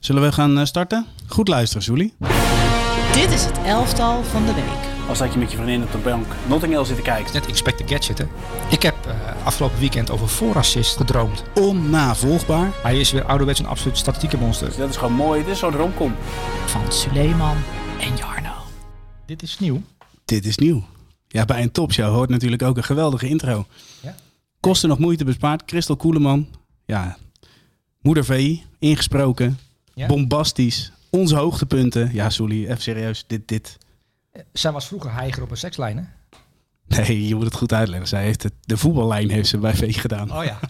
Zullen we gaan starten? Goed luisteren, Soelie. Dit is het elftal van de week. Als dat je met je vriendin op de bank Notting Hill zit te kijken. Net Inspector Gadget, hè. Ik heb afgelopen weekend over voorassist gedroomd. Onnavolgbaar. Hij is weer ouderwets een absoluut statistieke monster. Dus dat is gewoon mooi. Dit is zo'n romcom. Van Suleiman en Jarno. Dit is nieuw. Dit is nieuw. Ja, bij een topshow hoort natuurlijk ook een geweldige intro. Ja. Kosten nog moeite bespaard. Christel Koeleman. Ja, moeder VI. Ingesproken. Ja. Bombastisch. Onze hoogtepunten. Ja, Soelie, even serieus. Dit. Zij was vroeger heiger op een sekslijn, hè? Nee, je moet het goed uitleggen. Zij heeft de voetballijn heeft ze bij VI gedaan. Oh ja.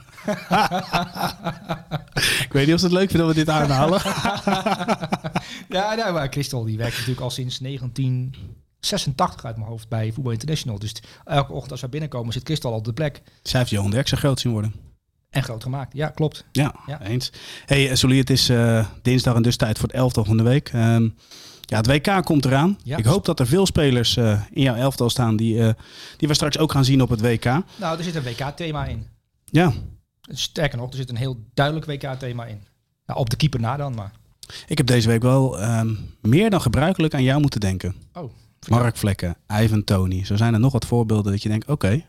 Ik weet niet of ze het leuk vinden dat we dit aanhalen. Ja, nou, maar Christel die werkt natuurlijk al sinds 1986 uit mijn hoofd bij Voetbal International. Dus elke ochtend als wij binnenkomen zit Christel al op de plek. Zij heeft Johan Derksen groot zien worden. En groot gemaakt. Ja, klopt. Ja, Ja. eens. Hey, Soelie, het is dinsdag en dus tijd voor het elftal van de week. Ja, het WK komt eraan. Ja. Ik hoop dat er veel spelers in jouw elftal staan die we straks ook gaan zien op het WK. Nou, er zit een WK-thema in. Ja, Sterker nog, er zit een heel duidelijk WK-thema in. Nou, op de keeper na dan, maar... ik heb deze week wel meer dan gebruikelijk aan jou moeten denken. Oh, Mark Vlekken, Ivan Toney. Zo zijn er nog wat voorbeelden dat je denkt, oké.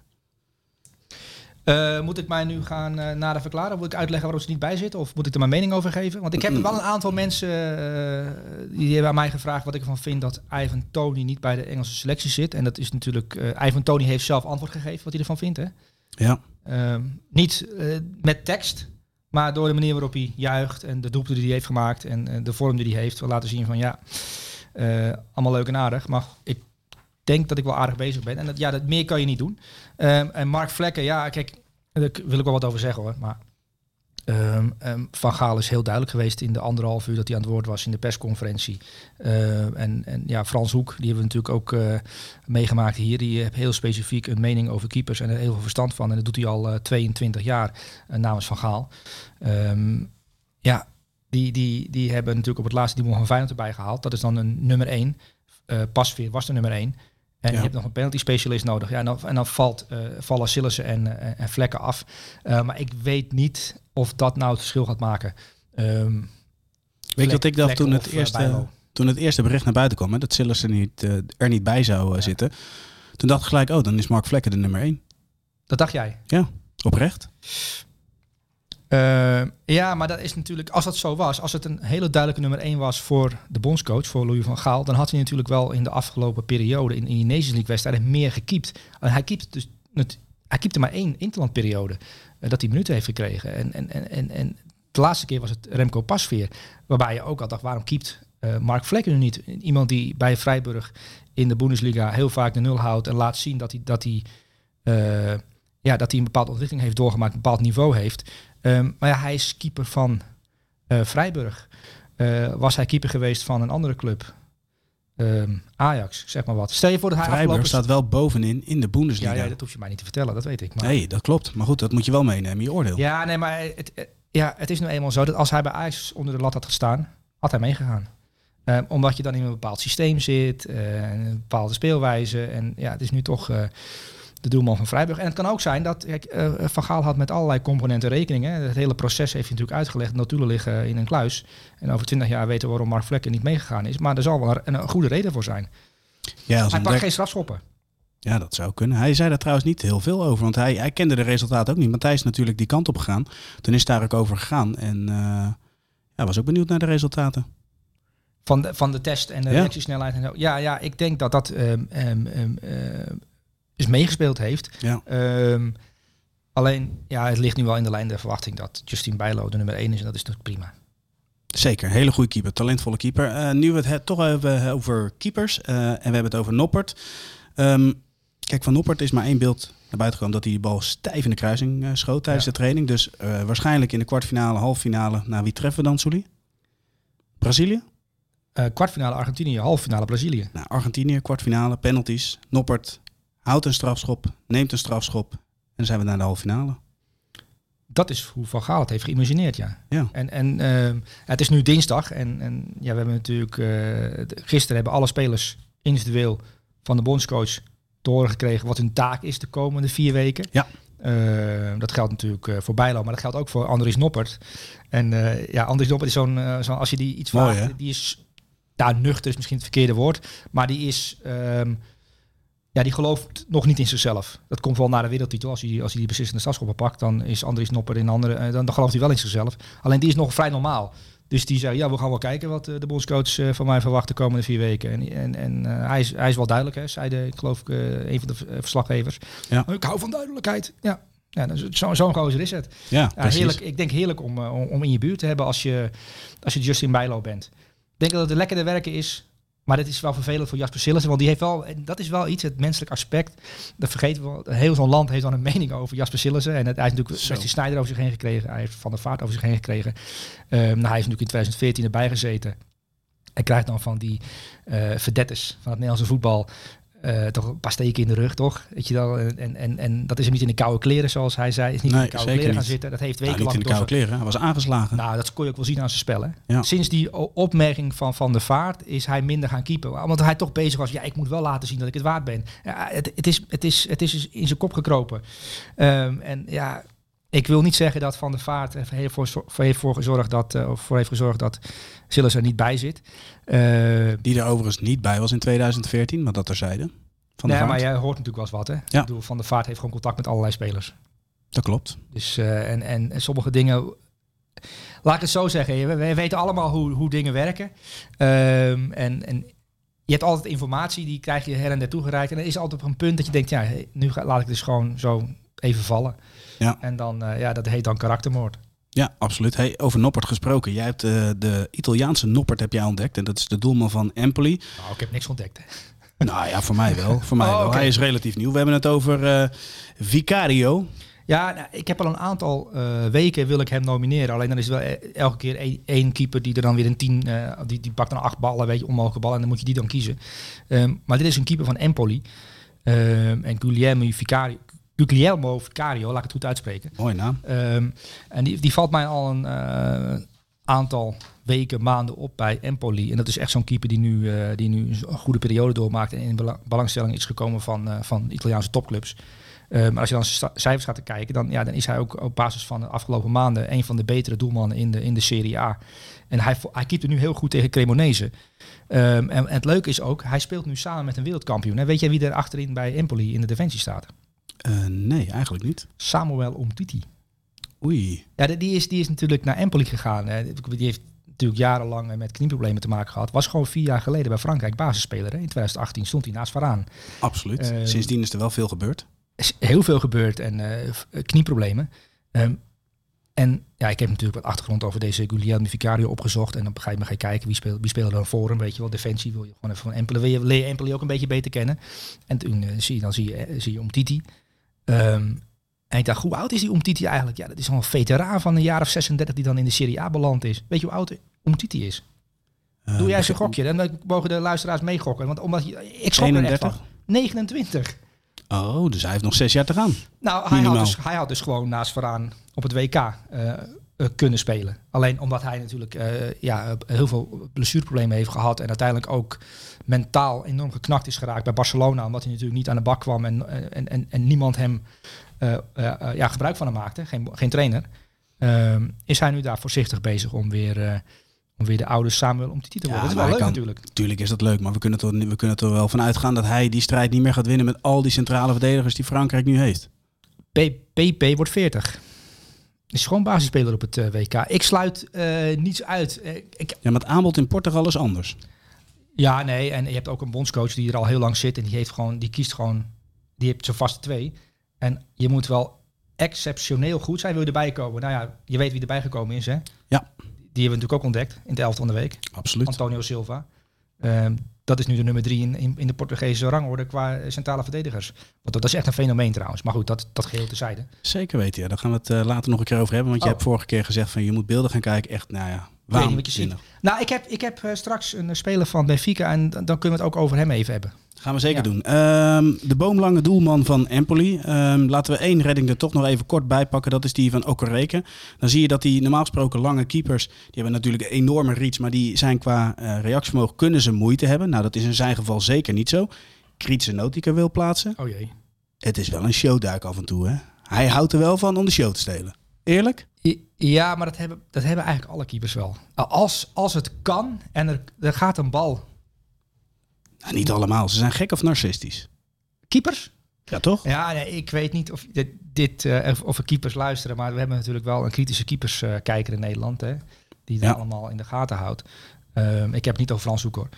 Moet ik mij nu gaan nader verklaren? Of moet ik uitleggen waarom ze niet bij zitten? Of moet ik er mijn mening over geven? Want ik heb wel een aantal mensen die hebben aan mij gevraagd wat ik ervan vind dat Ivan Toney niet bij de Engelse selectie zit. En dat is natuurlijk... Ivan Toney heeft zelf antwoord gegeven wat hij ervan vindt. Hè? Ja. Niet met tekst, maar door de manier waarop hij juicht en de doelpunten die hij heeft gemaakt en de vorm die hij heeft. We laten zien van ja, allemaal leuk en aardig. Maar ik denk dat ik wel aardig bezig ben. En dat meer kan je niet doen. En Mark Vlekken, ja, kijk, daar wil ik wel wat over zeggen hoor. Maar Van Gaal is heel duidelijk geweest in de 1,5 uur dat hij aan het woord was in de persconferentie. En ja, Frans Hoek, die hebben we natuurlijk ook meegemaakt hier. Die heeft heel specifiek een mening over keepers en er heel veel verstand van. En dat doet hij al 22 jaar namens Van Gaal. Ja, die hebben natuurlijk op het laatste die van Feyenoord erbij gehaald. Dat is dan een nummer 1. Pasveer was de nummer 1. En je hebt nog een penalty specialist nodig. Ja, en dan vallen Sillissen en Vlekken af. Maar ik weet niet of dat nou het verschil gaat maken. Weet je wat ik dacht toen het eerste bericht naar buiten kwam, hè, dat Sillissen er niet bij zou zitten. Toen dacht ik gelijk, dan is Mark Vlekken de nummer 1. Dat dacht jij? Ja, oprecht. Ja, maar dat is natuurlijk, als dat zo was, als het een hele duidelijke nummer 1 was voor de bondscoach, voor Louis van Gaal, dan had hij natuurlijk wel in de afgelopen periode in die Nations League wedstrijden meer gekiept. En hij keepte maar 1 interlandperiode dat hij minuten heeft gekregen. En de laatste keer was het Remco Pasveer, waarbij je ook al dacht, waarom keept Mark Vlekken nu niet? Iemand die bij Freiburg in de Bundesliga heel vaak de 0 houdt en laat zien dat hij een bepaalde ontwikkeling heeft doorgemaakt, een bepaald niveau heeft. Maar ja, hij is keeper van Freiburg. Was hij keeper geweest van een andere club? Ajax, zeg maar wat. Stel je voor dat hij Freiburg staat wel bovenin in de Bundesliga. Ja, dat hoef je mij niet te vertellen, dat weet ik. Maar... Nee, dat klopt. Maar goed, dat moet je wel meenemen in je oordeel. Ja, nee, maar het is nu eenmaal zo dat als hij bij Ajax onder de lat had gestaan, had hij meegegaan. Omdat je dan in een bepaald systeem zit, een bepaalde speelwijze. En ja, het is nu toch... de doelman van Freiburg. En het kan ook zijn dat Van Gaal had met allerlei componenten rekening. Hè. Het hele proces heeft hij natuurlijk uitgelegd. Notulen liggen in een kluis. En over 20 jaar weten we waarom Mark Vlekken niet meegegaan is. Maar er zal wel een goede reden voor zijn. Ja, hij pakt geen strafschoppen. Ja, dat zou kunnen. Hij zei daar trouwens niet heel veel over. Want hij kende de resultaten ook niet. Want hij is natuurlijk die kant op gegaan. Toen is daar ook over gegaan. En was ook benieuwd naar de resultaten. Van de test en de reactiesnelheid en zo. Ja, ik denk dat is meegespeeld heeft. Ja. Alleen, ja, het ligt nu wel in de lijn der verwachting dat Justin Bijlo de nummer 1 is. En dat is natuurlijk prima. Zeker, hele goede keeper, talentvolle keeper. Nu we het toch hebben over keepers en we hebben het over Noppert. Kijk, van Noppert is maar 1 beeld naar buiten gekomen dat hij de bal stijf in de kruising schoot tijdens de training. Dus waarschijnlijk in de kwartfinale, halffinale. Nou, wie treffen we dan, Soelie? Brazilië? Kwartfinale Argentinië, halffinale Brazilië. Nou, Argentinië, kwartfinale, penalties. Noppert houdt een strafschop, neemt een strafschop en dan zijn we naar de halve finale. Dat is hoe Van Gaal het heeft geïmagineerd, ja. En het is nu dinsdag en we hebben natuurlijk... gisteren hebben alle spelers individueel van de bondscoach te horen gekregen wat hun taak is de komende 4 weken. Ja. Dat geldt natuurlijk voor Bijlo, maar dat geldt ook voor Andries Noppert. En Andries Noppert is zo'n als je die iets Mooi, vraagt, hè? die is, nuchter is misschien het verkeerde woord, maar die is, die gelooft nog niet in zichzelf. Dat komt wel naar de wereldtitel. Als hij die beslissende stadschoppen pakt, dan is Andries Noppert in andere, dan gelooft hij wel in zichzelf. Alleen die is nog vrij normaal. Dus die zei, we gaan wel kijken wat de bondscoach van mij verwacht de komende 4 weken. En hij is wel duidelijk, hè, zei ik geloof een van de verslaggevers. Ja. Ik hou van duidelijkheid. Ja, zo'n gozer is het. Ja, heerlijk. Ik denk heerlijk om in je buurt te hebben als je Justin Bijlo bent. Ik denk dat het lekker te werken is. Maar dat is wel vervelend voor Jasper Sillissen, want die heeft wel, en dat is wel iets, het menselijk aspect. Dat vergeten we wel. Heel zo'n land heeft dan een mening over Jasper Sillissen. En hij heeft natuurlijk Wesley Sneijder over zich heen gekregen. Hij heeft Van der Vaart over zich heen gekregen. Hij heeft natuurlijk in 2014 erbij gezeten. Hij krijgt dan van die verdetters van het Nederlandse voetbal toch een paar steken in de rug, toch? Weet je wel? En dat is hem niet in de koude kleren, zoals hij zei. Is niet in de koude kleren gaan zitten. Dat heeft wekenlang... niet in de koude kleren. Hij was aangeslagen. Nou, dat kon je ook wel zien aan zijn spel, hè? Ja. Sinds die opmerking van der Vaart is hij minder gaan keepen. Omdat hij toch bezig was. Ja, ik moet wel laten zien dat ik het waard ben. Ja, het is in zijn kop gekropen. Ik wil niet zeggen dat Van der Vaart heeft gezorgd dat Sillissen er niet bij zit. Die er overigens niet bij was in 2014, maar dat terzijde. Maar jij hoort natuurlijk wel eens wat, hè? Ja. Ik bedoel, Van der Vaart heeft gewoon contact met allerlei spelers. Dat klopt. Dus, en sommige dingen... Laat ik het zo zeggen. We weten allemaal hoe dingen werken. En je hebt altijd informatie, die krijg je her en der toegereikt. En er is altijd op een punt dat je denkt, nu laat ik dus gewoon zo even vallen. Ja. En dan, dat heet dan karaktermoord. Ja, absoluut. Hey, over Noppert gesproken. Jij hebt de Italiaanse Noppert heb jij ontdekt. En dat is de doelman van Empoli. Nou, ik heb niks ontdekt. Nou ja, voor mij wel. Wel. Okay. Hij is relatief nieuw. We hebben het over Vicario. Ja, ik heb al een aantal weken wil ik hem nomineren. Alleen dan is er wel elke keer één keeper die er dan weer een 10... die pakt dan 8 ballen, weet je, onmogelijke ballen. En dan moet je die dan kiezen. Maar dit is een keeper van Empoli. En Guglielmo Vicario, laat ik het goed uitspreken. Mooi naam. En die valt mij al een aantal weken, maanden op bij Empoli. En dat is echt zo'n keeper die nu een goede periode doormaakt en in belangstelling is gekomen van Italiaanse topclubs. Maar als je dan cijfers gaat kijken, dan is hij ook op basis van de afgelopen maanden een van de betere doelmannen in de Serie A. En hij keept er nu heel goed tegen Cremonese. En het leuke is ook, hij speelt nu samen met een wereldkampioen. En weet jij wie er achterin bij Empoli in de defensie staat? Nee, eigenlijk niet. Samuel Umtiti. Oei. Ja, die is natuurlijk naar Empoli gegaan. Die heeft natuurlijk jarenlang met knieproblemen te maken gehad. Was gewoon 4 jaar geleden bij Frankrijk basisspeler. Hè? In 2018 stond hij naast Varane. Absoluut. Sindsdien is er wel veel gebeurd. Is heel veel gebeurd en knieproblemen. En ik heb natuurlijk wat achtergrond over deze Guglielmo Vicario opgezocht. En dan ga je kijken wie speelde dan voor hem. Weet je wel, defensie wil je gewoon even van Empoli. Wil je Empoli ook een beetje beter kennen. En toen zie je Umtiti. En ik dacht, hoe oud is die Umtiti eigenlijk? Ja, dat is al een veteraan van een jaar of 36 die dan in de Serie A beland is. Weet je hoe oud Umtiti is? Doe jij zo'n gokje? Dan mogen de luisteraars meegokken. Want ik schrok er echt van. 29. Oh, dus hij heeft nog 6 jaar te gaan. Nou, hij had dus gewoon naast Varane op het WK kunnen spelen. Alleen omdat hij natuurlijk heel veel blessureproblemen heeft gehad. En uiteindelijk ook mentaal enorm geknakt is geraakt bij Barcelona. Omdat hij natuurlijk niet aan de bak kwam en niemand hem gebruik van hem maakte. Geen trainer. Is hij nu daar voorzichtig bezig om weer de oude Samuel Umtiti te worden. Dat is wel leuk natuurlijk. Tuurlijk is dat leuk, maar we kunnen er wel van uitgaan dat hij die strijd niet meer gaat winnen met al die centrale verdedigers die Frankrijk nu heeft. PP wordt 40. Is gewoon basisspeler op het WK. Ik sluit niets uit. Ja, maar het aanbod in Portugal is anders. Ja, nee. En je hebt ook een bondscoach die er al heel lang zit en die heeft zo vast 2. En je moet wel exceptioneel goed zijn, wil je erbij komen. Nou ja, je weet wie erbij gekomen is, hè? Ja. Die hebben we natuurlijk ook ontdekt in het 11 van de week. Absoluut. Antonio Silva. Dat is nu de nummer 3 in de Portugese rangorde qua centrale verdedigers. Want dat is echt een fenomeen trouwens. Maar goed, dat geheel terzijde. Zeker weten, ja. Daar gaan we het later nog een keer over hebben. Want je hebt vorige keer gezegd van je moet beelden gaan kijken. Echt, weet niet wat je ziet. Nou, ik heb straks een speler van Benfica en dan kunnen we het ook over hem even hebben. Gaan we zeker doen. De boomlange doelman van Empoli. Laten we 1 redding er toch nog even kort bij pakken. Dat is die van Okereke. Dan zie je dat die normaal gesproken lange keepers... die hebben natuurlijk een enorme reach... maar die zijn qua reactievermogen kunnen ze moeite hebben. Nou, dat is in zijn geval zeker niet zo. Krietse Notica wil plaatsen. Oh jee. Het is wel een showduik af en toe, hè? Hij houdt er wel van om de show te stelen. Eerlijk? Ja, maar dat hebben eigenlijk alle keepers wel. Als het kan en er gaat een bal... Nou, niet allemaal. Ze zijn gek of narcistisch. Keepers? Ja, toch? Ja, nee, ik weet niet of er keepers luisteren, maar we hebben natuurlijk wel een kritische keeperskijker in Nederland, hè, die dat allemaal in de gaten houdt. Ik heb het niet over Frans Hoek, hoor.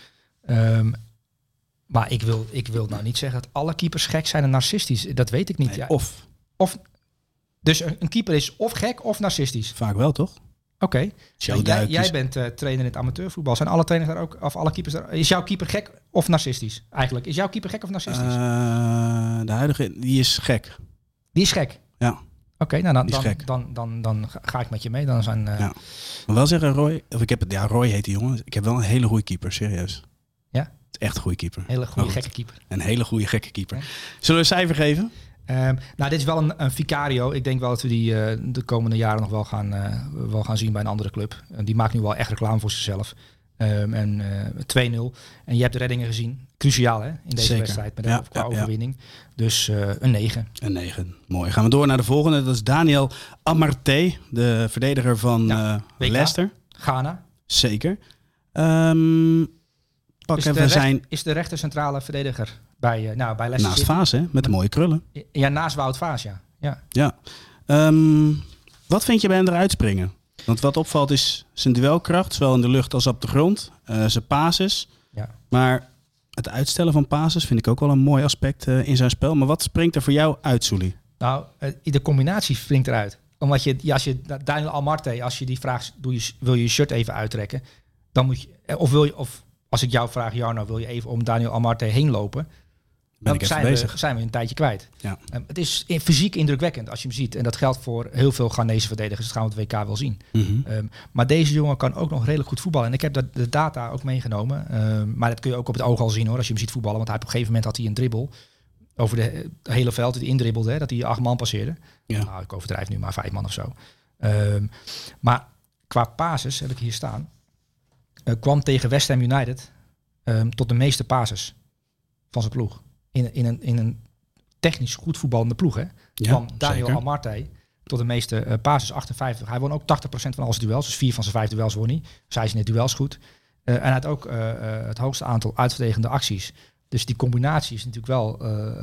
Maar ik wil nou niet zeggen dat alle keepers gek zijn en narcistisch. Dat weet ik niet. Nee, Ja. Of. Dus een keeper is of gek of narcistisch. Vaak wel, toch? Oké. Showduikjes. Jij bent trainer in het amateurvoetbal. Zijn alle trainers daar ook, of alle keepers daar? Is jouw keeper gek of narcistisch? Eigenlijk, is jouw keeper gek of narcistisch? De huidige, die is gek. Die is gek. Ja. Oké, nou Die is gek. dan ga ik met je mee. Dan zijn. Ja. Maar wel zeggen, Roy, of ik heb het, ja, Roy heet die jongen. Ik heb wel een hele goede keeper, serieus. Ja? Het is echt een goede keeper. Hele goede Oh, gekke keeper. Een hele goede gekke keeper. Ja. Zullen we een cijfer geven? Nou, dit is wel een Vicario. Ik denk wel dat we die de komende jaren nog wel gaan zien bij een andere club. Die maakt nu wel echt reclame voor zichzelf. 2-0. En je hebt de reddingen gezien. Cruciaal, hè, in deze Zeker. wedstrijd met qua overwinning. Dus een 9. Een 9. Mooi. Gaan we door naar de volgende. Dat is Daniel Amartey, de verdediger van WK. Leicester. Ghana. Zeker. Is de rechter centrale verdediger bij Leicester Naast City. Vaas, hè? Met de mooie krullen. Ja, naast Wout Vaas, ja. Ja. Wat vind je bij hem eruit springen? Want wat opvalt is zijn duelkracht, zowel in de lucht als op de grond. Zijn passes. Ja. Maar het uitstellen van passes vind ik ook wel een mooi aspect in zijn spel. Maar wat springt er voor jou uit, Soelie? Nou, de combinatie springt eruit. Omdat als je Daniel Amartey, als je die vraagt, wil je shirt even uittrekken, dan moet je, of als ik jou vraag, Jarno, wil je even om Daniel Amartey heen lopen? Ben ik even bezig. Zijn we een tijdje kwijt. Ja. Het is fysiek indrukwekkend als je hem ziet. En dat geldt voor heel veel Ghanese verdedigers. Dat gaan we het WK wel zien. Mm-hmm. Maar deze jongen kan ook nog redelijk goed voetballen. En ik heb de data ook meegenomen. Maar dat kun je ook op het oog al zien, hoor, als je hem ziet voetballen. Want op een gegeven moment had hij een dribbel over de hele veld. Die indribbelde, hè, dat hij 8 man passeerde. Ja. Nou, ik overdrijf nu, maar 5 man of zo. Maar qua passes, heb ik hier staan, kwam tegen West Ham United tot de meeste passes van zijn ploeg. In een technisch goed voetballende ploeg, hè, kwam Daniel Amartey tot de meeste passes, 58. Hij won ook 80% van al zijn duels, dus 4 van zijn 5 duels won hij. Dus hij is in de duels goed. En hij had ook het hoogste aantal uitverdedigende acties. Dus die combinatie is natuurlijk wel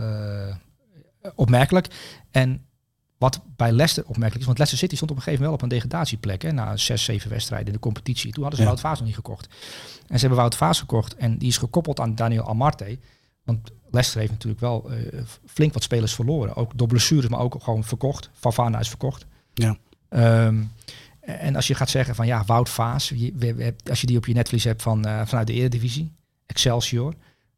opmerkelijk. En wat bij Leicester opmerkelijk is, want Leicester City stond op een gegeven moment wel op een degradatieplek, hè, na 6-7 wedstrijden in de competitie. Toen hadden ze Wout Vaas nog niet gekocht. En ze hebben Wout Vaas gekocht en die is gekoppeld aan Daniel Amartey. Want Leicester heeft natuurlijk wel flink wat spelers verloren. Ook door blessures, maar ook gewoon verkocht. Fofana is verkocht. Ja. En als je gaat zeggen van ja, Wout Vaas, als je die op je netvlies hebt vanuit de Eredivisie, Excelsior.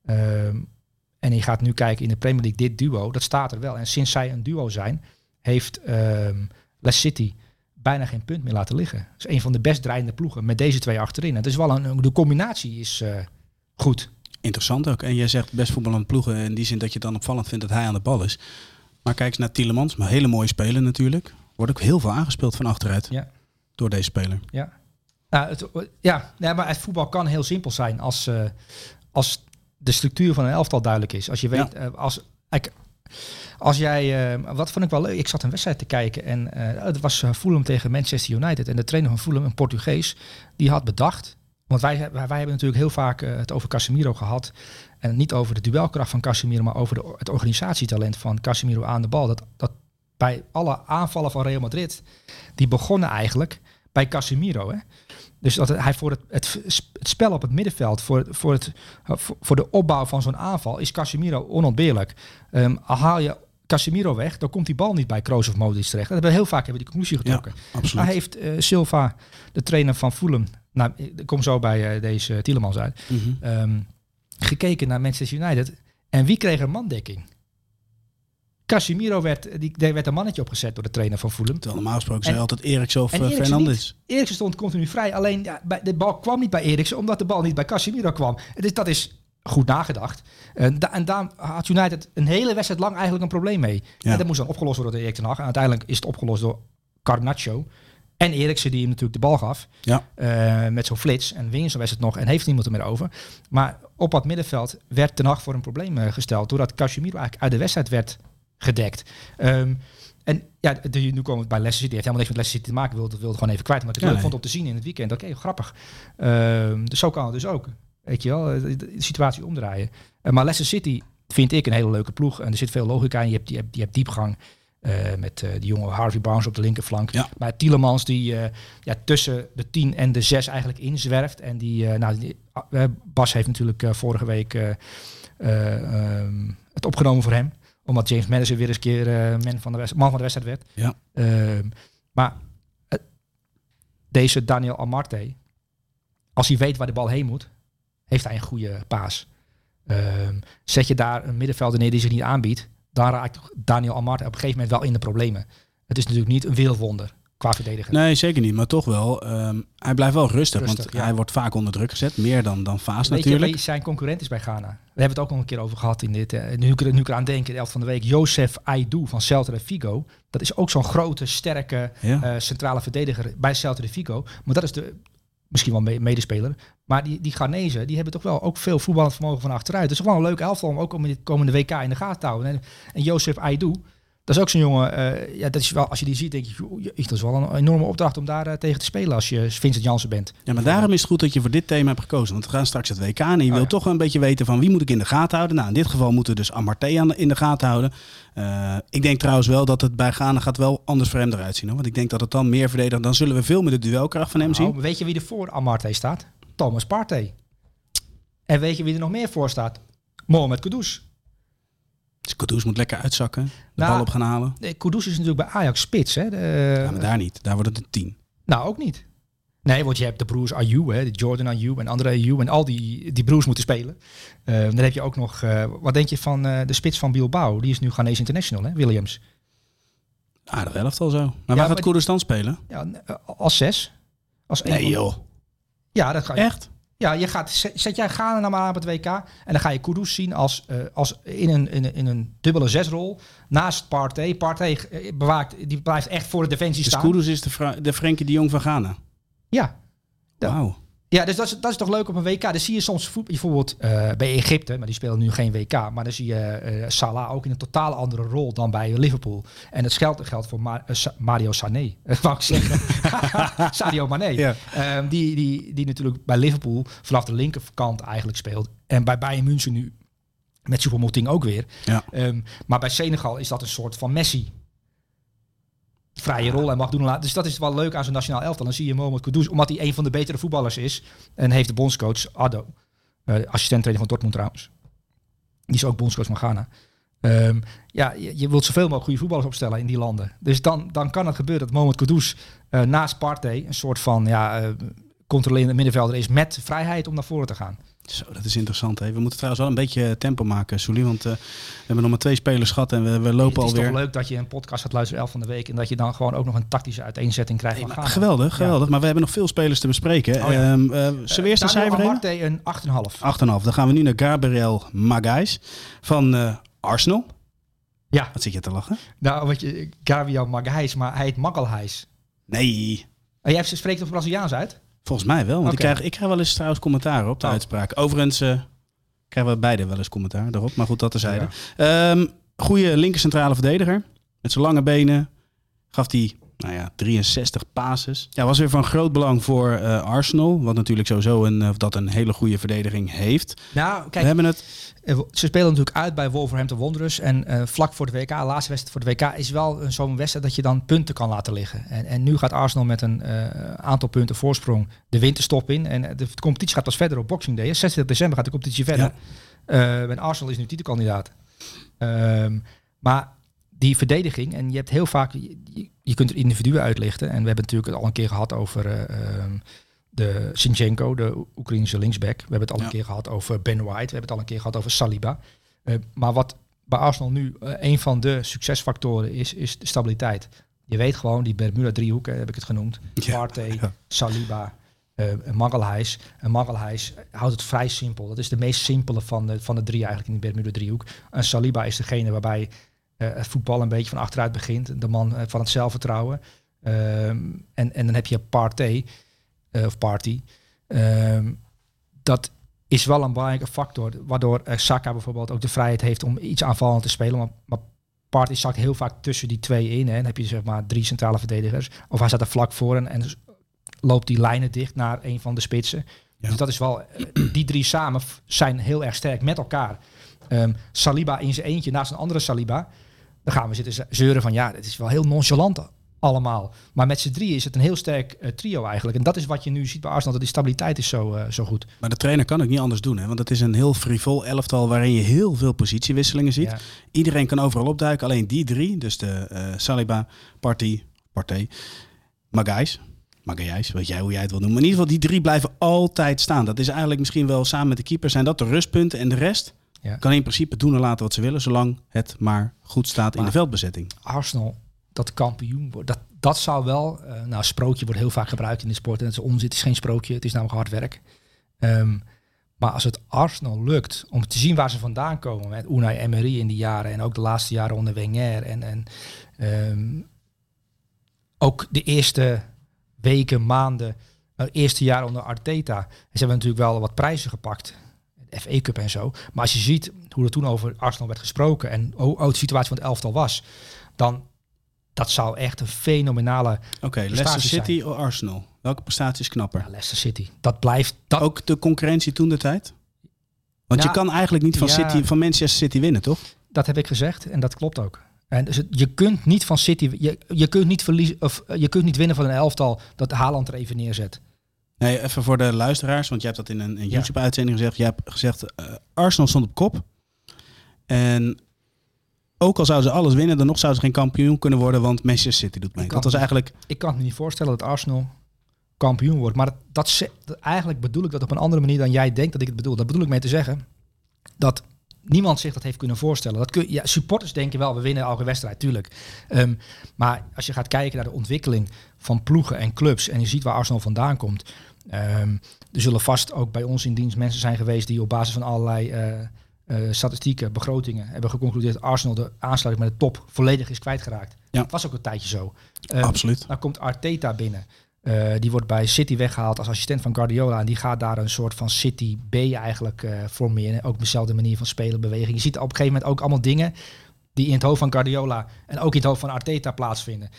En je gaat nu kijken in de Premier League, dit duo, dat staat er wel. En sinds zij een duo zijn, heeft Leicester City bijna geen punt meer laten liggen. Het is een van de best draaiende ploegen met deze twee achterin. Het is wel de combinatie is goed. Interessant ook. En jij zegt best voetballende ploegen in die zin dat je het dan opvallend vindt dat hij aan de bal is. Maar kijk eens naar Tielemans, maar hele mooie speler natuurlijk. Wordt ook heel veel aangespeeld van achteruit door deze speler. Ja. Maar het voetbal kan heel simpel zijn als de structuur van een elftal duidelijk is. Als je weet, als jij, wat vond ik wel leuk, ik zat een wedstrijd te kijken en het was Fulham tegen Manchester United en de trainer van Fulham, een Portugees, die had bedacht. Want wij hebben natuurlijk heel vaak het over Casemiro gehad. En niet over de duelkracht van Casemiro, maar over het organisatietalent van Casemiro aan de bal. Dat bij alle aanvallen van Real Madrid, die begonnen eigenlijk bij Casemiro. Hè? Dus dat hij voor het spel op het middenveld, voor de opbouw van zo'n aanval, is Casemiro onontbeerlijk. Haal je Casemiro weg, dan komt die bal niet bij Kroos of Modric terecht. Dat hebben we heel vaak die conclusie getrokken. Ja, absoluut. Hij heeft Silva, de trainer van Fulham, nou, ik kom zo bij deze Tielemans uit, gekeken naar Manchester United. En wie kreeg er mandekking? Casemiro werd een mannetje opgezet door de trainer van Fulham. Terwijl normaal gesproken zei altijd Eriksen of Fernandes. Eriksen stond continu vrij. Alleen de bal kwam niet bij Eriksen, omdat de bal niet bij Casemiro kwam. Dus dat is goed nagedacht. En daar had United een hele wedstrijd lang eigenlijk een probleem mee. Ja. En dat moest dan opgelost worden door Erik ten Hag. En uiteindelijk is het opgelost door Garnacho. En Eriksen die hem natuurlijk de bal gaf. Ja. Met zo'n flits. En Wings was het nog. En heeft niemand er meer over. Maar op het middenveld werd ten Hag voor een probleem gesteld. Doordat Casemiro eigenlijk uit de wedstrijd werd gedekt. En ja, nu komen we bij Leicester City. Die heeft helemaal niks met Leicester City te maken. Wilde het gewoon even kwijt. Maar ik het leuk vond om te zien in het weekend. Oké, grappig. Dus zo kan het dus ook. Weet je wel, de situatie omdraaien. Maar Leicester City vind ik een hele leuke ploeg. En er zit veel logica in. Je hebt diepgang. Met die jonge Harvey Barnes op de linkerflank. Ja. Maar Tielemans die tussen de 10 en de 6 eigenlijk inzwerft. En Bas heeft natuurlijk vorige week het opgenomen voor hem. Omdat James Madison weer eens een keer man van de wedstrijd werd. Ja. Maar deze Daniel Amartey, als hij weet waar de bal heen moet, heeft hij een goede paas. Zet je daar een middenvelder neer die zich niet aanbiedt, dan raakt Daniel Amartey op een gegeven moment wel in de problemen. Het is natuurlijk niet een wereldwonder qua verdediger. Nee, zeker niet. Maar toch wel. Hij blijft wel rustig want hij wordt vaak onder druk gezet. Meer dan Vaas natuurlijk. Weet je, zijn concurrent is bij Ghana. We hebben het ook nog een keer over gehad in dit. Nu ik eraan denk, in de 11 van de week. Joseph Aidoo van Celta de Vigo. Dat is ook zo'n grote, sterke centrale verdediger bij Celta de Vigo. Maar dat is misschien wel medespeler. Maar die Ghanezen, die hebben toch wel ook veel voetballend vermogen van achteruit. Dus gewoon een leuke elftal om ook om dit komende WK in de gaten te houden. En Joseph Aidoo, dat is ook zo'n jongen, dat is wel, als je die ziet, denk je, dat is wel een enorme opdracht om daar tegen te spelen als je Vincent Janssen bent. Ja, maar daarom is het goed dat je voor dit thema hebt gekozen. Want we gaan straks het WK en je wil toch wel een beetje weten van wie moet ik in de gaten houden. Nou, in dit geval moeten we dus Amartey in de gaten houden. Ik denk trouwens wel dat het bij Ghana gaat wel anders voor hem eruit zien. Hoor. Want ik denk dat het dan meer verdedigt. Dan zullen we veel meer de duelkracht van hem zien. Weet je wie er voor Amartey staat? Thomas Partey. En weet je wie er nog meer voor staat? Mohamed Kudus. Dus Kudus moet lekker uitzakken, de bal op gaan halen. Nee, Kudus is natuurlijk bij Ajax spits. Hè? Ja, maar daar niet. Daar wordt het een 10. Nou, ook niet. Nee, want je hebt de broers Ayew, de Jordan Ayew en andere Ayew. En al die broers moeten spelen. Dan heb je ook nog... wat denk je van de spits van Bilbao? Die is nu Ghanese International, hè? Williams. Aardig elftal zo. Maar waar gaat Kudus dan spelen? Ja, als 6. Nee joh. Ja, dat ga je. Echt? Ja, zet jij Ghana nou maar op het WK en dan ga je Kudus zien als in een dubbele 6-rol naast Partey. Partey die blijft echt voor de defensie staan. Dus Kudus is de Frenkie de Jong van Ghana? Ja. Wauw. Ja, dus dat is toch leuk op een WK. Dan zie je soms bijvoorbeeld bij Egypte, maar die spelen nu geen WK. Maar dan zie je Salah ook in een totaal andere rol dan bij Liverpool. En het geldt voor Mario Sané. Wou ik zeggen. Sadio Mané. Ja. Die natuurlijk bij Liverpool vanaf de linkerkant eigenlijk speelt. En bij Bayern München nu met Choupo-Moting ook weer. Ja. Maar bij Senegal is dat een soort van Messi. Vrije rol en mag doen en laten. Dus dat is wel leuk aan zo'n nationaal elftal. Dan zie je Mohamed Kudus, omdat hij een van de betere voetballers is. En heeft de bondscoach Addo, assistent-trainer van Dortmund trouwens. Die is ook bondscoach van Ghana. Je wilt zoveel mogelijk goede voetballers opstellen in die landen. Dus dan kan het gebeuren dat Mohamed Kudus naast Partey een soort van controlerende middenvelder is met vrijheid om naar voren te gaan. Zo, dat is interessant. Hè? We moeten trouwens wel een beetje tempo maken, Soelie. Want we hebben nog maar 2 spelers gehad en we lopen alweer. Het is toch leuk dat je een podcast gaat luisteren 11 van de week. En dat je dan gewoon ook nog een tactische uiteenzetting krijgt van Ghana. Geweldig. Maar we hebben nog veel spelers te bespreken. Zullen we eerst een cijfer Amartey een 8,5. 8,5. Dan gaan we nu naar Gabriel Magalhaes van Arsenal. Ja. Wat zit je te lachen? Nou, Gabriel Magalhaes, maar hij heet Magalhaes. Nee. En jij spreekt toch Braziliaans uit? Volgens mij wel, want ik krijg wel eens trouwens commentaar op de uitspraak. Overigens krijgen we beide wel eens commentaar erop, maar goed, dat terzijde. Ja. Goede linker centrale verdediger, met zijn lange benen. Gaf hij 63 passes. Ja, was weer van groot belang voor Arsenal, wat natuurlijk sowieso een hele goede verdediging heeft. Nou, kijk, we hebben het... Ze spelen natuurlijk uit bij Wolverhampton Wanderers. En vlak voor de WK, laatste wedstrijd voor de WK, is wel zo'n wedstrijd dat je dan punten kan laten liggen. En nu gaat Arsenal met een aantal punten voorsprong de winterstop in. En de competitie gaat pas verder op Boxing Day. 26 december gaat de competitie verder. Ja. En Arsenal is nu titelkandidaat. Maar die verdediging, en je hebt heel vaak, je kunt er individuen uitlichten. En we hebben het natuurlijk al een keer gehad over de Zinchenko, de Oekraïnse linksback. We hebben het al een keer gehad over Ben White. We hebben het al een keer gehad over Saliba. Maar wat bij Arsenal nu een van de succesfactoren is de stabiliteit. Je weet gewoon, die Bermuda-driehoek, heb ik het genoemd. Partey, Saliba, Magalhaes. En Magalhaes houdt het vrij simpel. Dat is de meest simpele van de drie eigenlijk in de Bermuda-driehoek. En Saliba is degene waarbij het voetbal een beetje van achteruit begint. De man van het zelfvertrouwen. En dan heb je Partey... of Party. Dat is wel een belangrijke factor, waardoor Saka bijvoorbeeld ook de vrijheid heeft om iets aanvallend te spelen. Maar Partey zakt heel vaak tussen die twee in. Hè. Dan heb je zeg maar 3 centrale verdedigers. Of hij staat er vlak voor en loopt die lijnen dicht naar een van de spitsen. Ja. Dus dat is wel... die 3 samen zijn heel erg sterk met elkaar. Saliba in zijn eentje naast een andere Saliba. Dan gaan we zitten zeuren van het is wel heel nonchalant allemaal. Maar met z'n 3 is het een heel sterk trio eigenlijk. En dat is wat je nu ziet bij Arsenal. Dat die stabiliteit is zo goed. Maar de trainer kan ook niet anders doen. Hè? Want het is een heel frivol elftal waarin je heel veel positiewisselingen ziet. Ja. Iedereen kan overal opduiken. Alleen die 3, dus de Saliba, Partey, Magalhaes, weet jij hoe jij het wil noemen. Maar in ieder geval, die 3 blijven altijd staan. Dat is eigenlijk misschien wel samen met de keeper zijn dat de rustpunten. En de rest kan in principe doen en laten wat ze willen. Zolang het maar goed staat in de veldbezetting. Arsenal... dat kampioen wordt. Dat zou wel... sprookje wordt heel vaak gebruikt in de sport. En het is onzin. Het is geen sprookje. Het is namelijk hard werk. Maar als het Arsenal lukt om te zien waar ze vandaan komen... met Unai Emery in die jaren... en ook de laatste jaren onder Wenger... en ook de eerste weken, maanden... eerste jaar onder Arteta... en ze hebben natuurlijk wel wat prijzen gepakt... de FA Cup en zo. Maar als je ziet hoe er toen over Arsenal werd gesproken... en hoe de situatie van het elftal was... dan... dat zou echt een fenomenale Leicester City of Arsenal? Welke prestatie is knapper? Ja, Leicester City. Dat blijft... Ook de concurrentie toen de tijd? Want je kan eigenlijk niet van Manchester City winnen, toch? Dat heb ik gezegd en dat klopt ook. En dus je kunt niet van City... Je kunt niet verliezen of je kunt niet winnen van een elftal dat Haaland er even neerzet. Nee, even voor de luisteraars, want je hebt dat in een YouTube-uitzending gezegd. Je hebt gezegd, Arsenal stond op kop. En... ook al zouden ze alles winnen, dan nog zouden ze geen kampioen kunnen worden, want Manchester City doet mee. Dat was eigenlijk... Ik kan me niet voorstellen dat Arsenal kampioen wordt. Maar eigenlijk bedoel ik dat op een andere manier dan jij denkt dat ik het bedoel. Dat bedoel ik mee te zeggen dat niemand zich dat heeft kunnen voorstellen. Supporters denken wel, we winnen elke wedstrijd, tuurlijk. Maar als je gaat kijken naar de ontwikkeling van ploegen en clubs en je ziet waar Arsenal vandaan komt. Er zullen vast ook bij ons in dienst mensen zijn geweest die op basis van allerlei... statistieken, begrotingen hebben geconcludeerd dat Arsenal de aansluiting met de top volledig is kwijtgeraakt. Ja. Dat was ook een tijdje zo. Absoluut. Dan komt Arteta binnen. Die wordt bij City weggehaald als assistent van Guardiola. En die gaat daar een soort van City B eigenlijk formeren. Ook dezelfde manier van spelen, beweging. Je ziet op een gegeven moment ook allemaal dingen die in het hoofd van Guardiola en ook in het hoofd van Arteta plaatsvinden.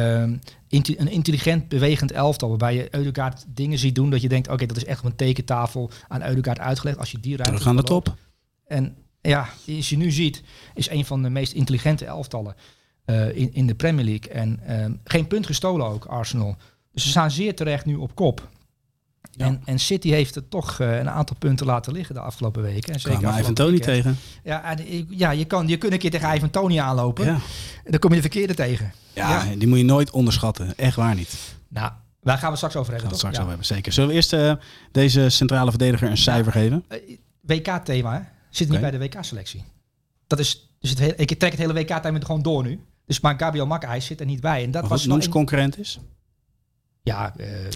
Een intelligent bewegend elftal waarbij je Ødegaard dingen ziet doen dat je denkt, oké, dat is echt op een tekentafel aan Ødegaard uitgelegd. Als je die ruimte terug aan de top. En als je nu ziet, is een van de meest intelligente elftallen in de Premier League. En geen punt gestolen ook, Arsenal. Dus ze staan zeer terecht nu op kop. Ja. En City heeft er toch een aantal punten laten liggen de afgelopen weken. En zeker maar Ivan Toney tegen. Je kunt een keer tegen Ivan Toney aanlopen. Ja. En dan kom je de verkeerde tegen. Ja, die moet je nooit onderschatten. Echt waar niet. Nou, daar gaan we straks over hebben. Zeker. Zullen we eerst deze centrale verdediger een cijfer geven? WK-thema, hè? Zit niet bij de WK-selectie. Dat is dus ik trek het hele WK-thema gewoon door nu. Dus maar Gabriel Magalhaes zit er niet bij. En dat was noem concurrent is? Ja,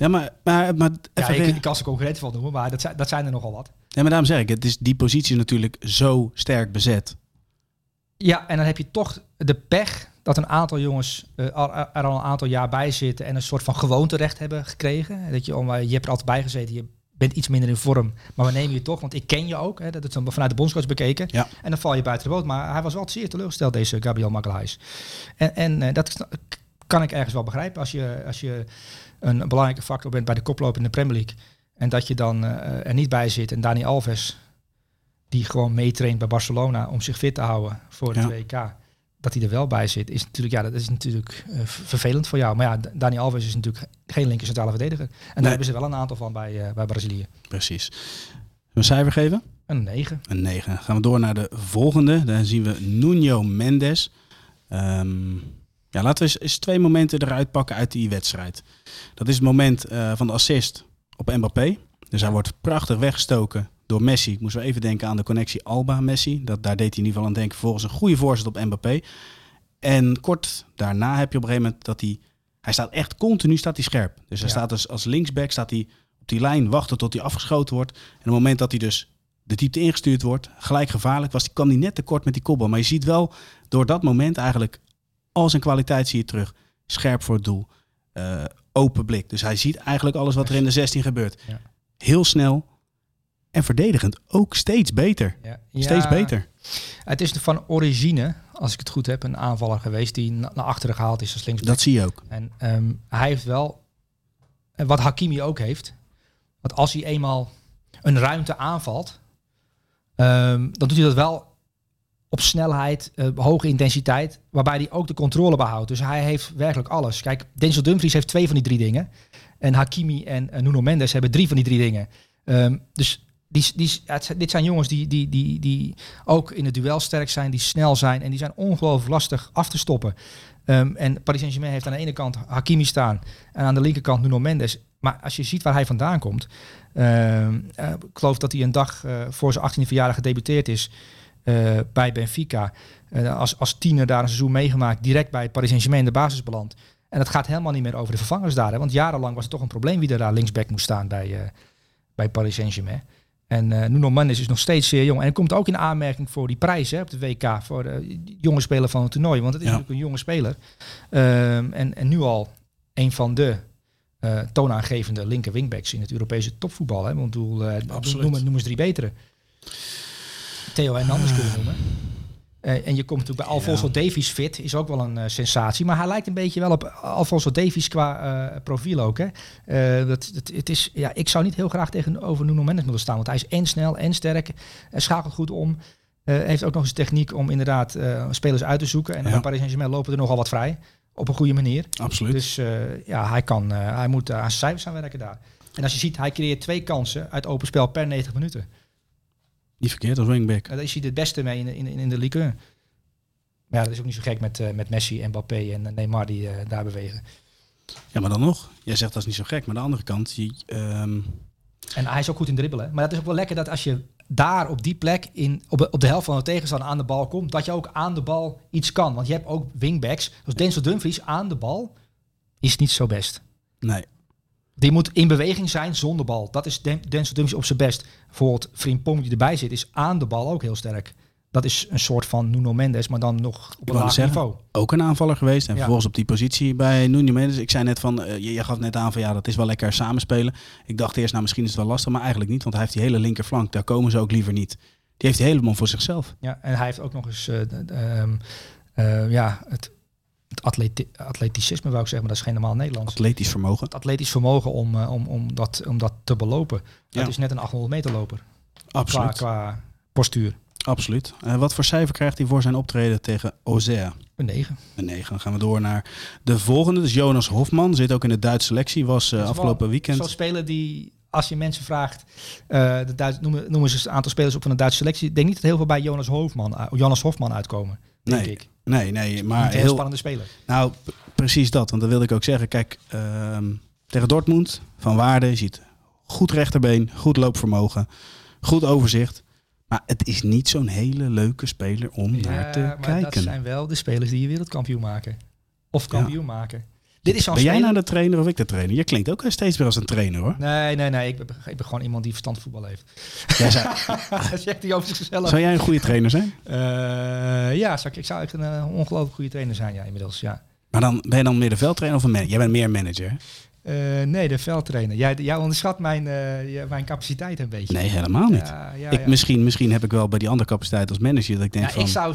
ik kan ze concurrenten van noemen, maar dat zijn er nogal wat. Ja, maar daarom zeg ik, het is die positie natuurlijk zo sterk bezet. Ja, en dan heb je toch de pech dat een aantal jongens er al een aantal jaar bij zitten en een soort van gewoonterecht hebben gekregen. Dat je hebt er altijd bij gezeten, je bent iets minder in vorm, maar we nemen je toch, want ik ken je ook. Hè, dat is dan vanuit de bondscoach bekeken. Ja. En dan val je buiten de boot. Maar hij was wel zeer teleurgesteld, deze Gabriel Magalhaes. En dat kan ik ergens wel begrijpen als je een belangrijke factor bent bij de koploper in de Premier League. En dat je dan er niet bij zit. En Dani Alves, die gewoon meetraint bij Barcelona om zich fit te houden voor het WK. Dat hij er wel bij zit, is natuurlijk vervelend voor jou. Maar ja, Dani Alves is natuurlijk geen linker centrale verdediger. En daar hebben ze wel een aantal van bij Brazilië. Precies. Een cijfer geven? Een 9. Een 9. Gaan we door naar de volgende. Dan zien we Nuno Mendes. Laten we eens 2 momenten eruit pakken uit die wedstrijd. Dat is het moment van de assist op Mbappé. Dus hij wordt prachtig weggestoken door Messi. Ik moest wel even denken aan de connectie Alba-Messi. Daar deed hij in ieder geval aan denken. Vervolgens een goede voorzet op Mbappé. En kort daarna heb je op een gegeven moment dat hij staat echt continu scherp. Dus hij staat als linksback staat hij op die lijn wachten tot hij afgeschoten wordt. En op het moment dat hij dus de diepte ingestuurd wordt, gelijk gevaarlijk kwam hij net tekort met die kopbal. Maar je ziet wel door dat moment eigenlijk al zijn kwaliteit zie je terug. Scherp voor het doel. Open blik. Dus hij ziet eigenlijk alles wat er in de 16 gebeurt. Ja. Heel snel. En verdedigend ook steeds beter. Ja. Steeds beter. Het is van origine, als ik het goed heb, een aanvaller geweest die naar achteren gehaald is als linksback. Dat zie je ook. En hij heeft wel, wat Hakimi ook heeft, want als hij eenmaal een ruimte aanvalt, dan doet hij dat wel op snelheid, hoge intensiteit, waarbij hij ook de controle behoudt. Dus hij heeft werkelijk alles. Kijk, Denzel Dumfries heeft 2 van die 3 dingen. En Hakimi en Nuno Mendes hebben 3 van die 3 dingen. Dus dit zijn jongens die ook in het duel sterk zijn, die snel zijn en die zijn ongelooflijk lastig af te stoppen. En Paris Saint-Germain heeft aan de ene kant Hakimi staan en aan de linkerkant Nuno Mendes. Maar als je ziet waar hij vandaan komt, ik geloof dat hij een dag voor zijn 18e verjaardag gedebuteerd is bij Benfica. Als tiener daar een seizoen meegemaakt, direct bij Paris Saint-Germain in de basis beland. En het gaat helemaal niet meer over de vervangers daar. Hè? Want jarenlang was het toch een probleem wie er daar linksback moest staan bij Paris Saint-Germain. En Nuno Mendes is nog steeds zeer jong. En komt ook in aanmerking voor die prijs op de WK. Voor de jonge speler van het toernooi. Want het is natuurlijk een jonge speler. En nu al een van de toonaangevende linker wingbacks in het Europese topvoetbal. Hè? Want noem eens 3 betere. Theo Hernandez kunnen noemen. En je komt natuurlijk bij Alphonso Davies fit, is ook wel een sensatie. Maar hij lijkt een beetje wel op Alphonso Davies qua profiel ook. Hè. Ik zou niet heel graag tegenover Nuno Mendes willen staan. Want hij is en snel en sterk. Schakelt goed om. Heeft ook nog eens techniek om inderdaad spelers uit te zoeken. En bij Paris Saint-Germain lopen er nogal wat vrij. Op een goede manier. Absoluut. Dus hij moet aan zijn cijfers aan werken daar. En als je ziet, hij creëert 2 kansen uit open spel per 90 minuten. Niet verkeerd als wingback. Daar is hij het beste mee in de Ligue 1. Maar ja, dat is ook niet zo gek met Messi en Mbappé en Neymar die daar bewegen. Ja, maar dan nog. Jij zegt dat is niet zo gek. Maar aan de andere kant... En hij is ook goed in dribbelen. Maar dat is ook wel lekker dat als je daar op die plek op de helft van de tegenstander aan de bal komt, dat je ook aan de bal iets kan. Want je hebt ook wingbacks. Zoals Denzel Dumfries aan de bal is niet zo best. Nee. Die moet in beweging zijn zonder bal. Dat is Denzel Dumfries op zijn best. Bijvoorbeeld Frimpong die erbij zit, is aan de bal ook heel sterk. Dat is een soort van Nuno Mendes, maar dan nog op een laag niveau. Ook een aanvaller geweest. En vervolgens op die positie bij Nuno Mendes. Ik zei net van, je gaf net aan van dat is wel lekker samenspelen. Ik dacht eerst, misschien is het wel lastig, maar eigenlijk niet. Want hij heeft die hele linkerflank, daar komen ze ook liever niet. Die heeft hij helemaal voor zichzelf. Ja, en hij heeft ook nog eens het atleticisme, wou ik zeggen, maar dat is geen normaal Nederlands. Atletisch vermogen. Het atletisch vermogen om dat te belopen. Dat is net een 800 meter loper. Absoluut. Qua postuur. Absoluut. Wat voor cijfer krijgt hij voor zijn optreden tegen Auxerre? Een 9. Een 9. Dan gaan we door naar de volgende. Dus Jonas Hofman zit ook in de Duitse selectie. Was afgelopen weekend. Zo'n speler die, als je mensen vraagt, noemen ze een aantal spelers op van de Duitse selectie. Ik denk niet dat heel veel bij Jonas Hofman uitkomen. Denk ik. Nee, maar een heel spannende speler. Nou, precies dat. Want dat wilde ik ook zeggen. Kijk, tegen Dortmund, Van Waarde, je ziet goed rechterbeen, goed loopvermogen, goed overzicht. Maar het is niet zo'n hele leuke speler om naar te kijken. Dat zijn wel de spelers die je wereldkampioen maken. Of kampioen maken. Dit is ben jij nou de trainer of ik de trainer? Je klinkt ook steeds weer als een trainer, hoor. Nee. Ik ben gewoon iemand die verstand van voetbal heeft. Zegt hij over zichzelf. Zou jij een goede trainer zijn? Ik zou echt een ongelooflijk goede trainer zijn, inmiddels. Ja. Maar dan ben je dan meer de veldtrainer of een manager? Jij bent meer manager, hè? Nee, de veldtrainer. Jij onderschat mijn capaciteit een beetje. Nee, helemaal niet. Misschien heb ik wel bij die andere capaciteit als manager dat ik denk van... Ik zou...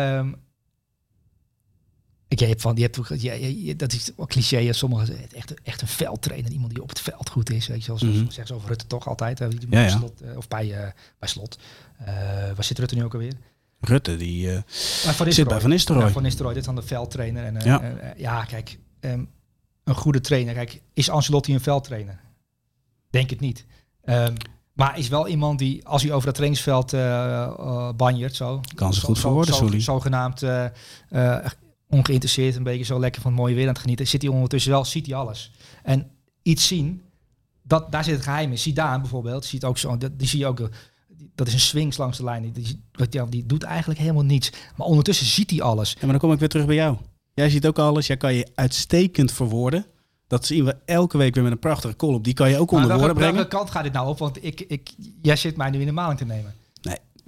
dat is wel cliché. Sommigen echt een veldtrainer, iemand die op het veld goed is. Weet je, zoals zeggen ze over Rutte toch altijd. Slot, of bij Slot. Waar zit Rutte nu ook alweer? Rutte, die zit bij Van Nistelrooy. Van Nistelrooy, dit is dan de veldtrainer. Kijk, een goede trainer. Kijk, is Ancelotti een veldtrainer? Denk het niet. Maar is wel iemand die, als hij over dat trainingsveld banjert, kan ze goed verwoorden, zogenaamd ongeïnteresseerd, een beetje zo lekker van het mooie weer aan het genieten, zit hij ondertussen wel, ziet hij alles. En iets zien, daar zit het geheim in. Zidane bijvoorbeeld, ziet ook zo, die zie je ook, dat is een swings langs de lijn. Die doet eigenlijk helemaal niets. Maar ondertussen ziet hij alles. Ja, maar dan kom ik weer terug bij jou. Jij ziet ook alles, jij kan je uitstekend verwoorden. Dat zien we elke week weer met een prachtige column. Die kan je ook onder woorden brengen. Welke kant gaat dit nou op? Want jij zit mij nu in de maling te nemen. Nee,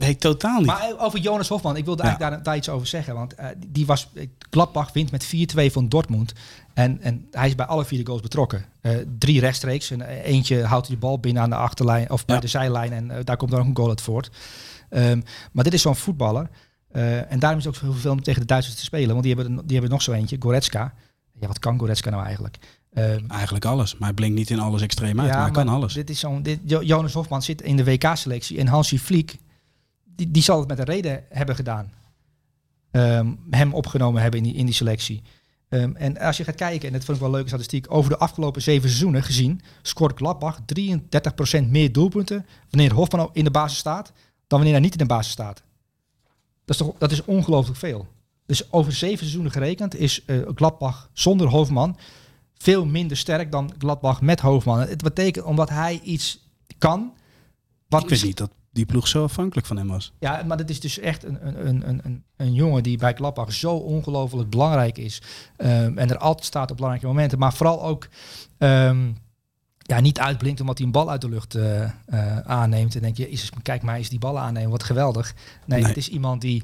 Nee, totaal niet. Maar over Jonas Hofman, ik wilde eigenlijk daar iets over zeggen. Want Gladbach wint met 4-2 van Dortmund. En hij is bij alle 4 de goals betrokken. 3 rechtstreeks. En eentje houdt hij de bal binnen aan de achterlijn of bij de zijlijn. En daar komt dan ook een goal uit voort. Maar dit is zo'n voetballer. En daarom is het ook heel veel tegen de Duitsers te spelen. Want die hebben nog zo eentje, Goretzka. Ja, wat kan Goretzka nou eigenlijk? Eigenlijk alles. Maar hij blinkt niet in alles extreem uit. Maar hij kan alles. Jonas Hofman zit in de WK-selectie. En Hansi Flick, die zal het met een reden hebben gedaan. Hem opgenomen hebben in die selectie. En als je gaat kijken, en dat vond ik wel een leuke statistiek, over de afgelopen 7 seizoenen gezien, scoort Gladbach 33% meer doelpunten wanneer Hofman in de basis staat, dan wanneer hij niet in de basis staat. Dat is ongelooflijk veel. Dus over 7 seizoenen gerekend is Gladbach zonder Hofman veel minder sterk dan Gladbach met Hofman. Het betekent omdat hij iets kan. Ik wist niet dat die ploeg zo afhankelijk van hem was. Ja, maar dat is dus echt een jongen die bij Gladbach zo ongelooflijk belangrijk is. En er altijd staat op belangrijke momenten. Maar vooral ook niet uitblinkt omdat hij een bal uit de lucht aanneemt. En denk je, kijk maar eens die ballen aannemen, wat geweldig. Nee, het is iemand die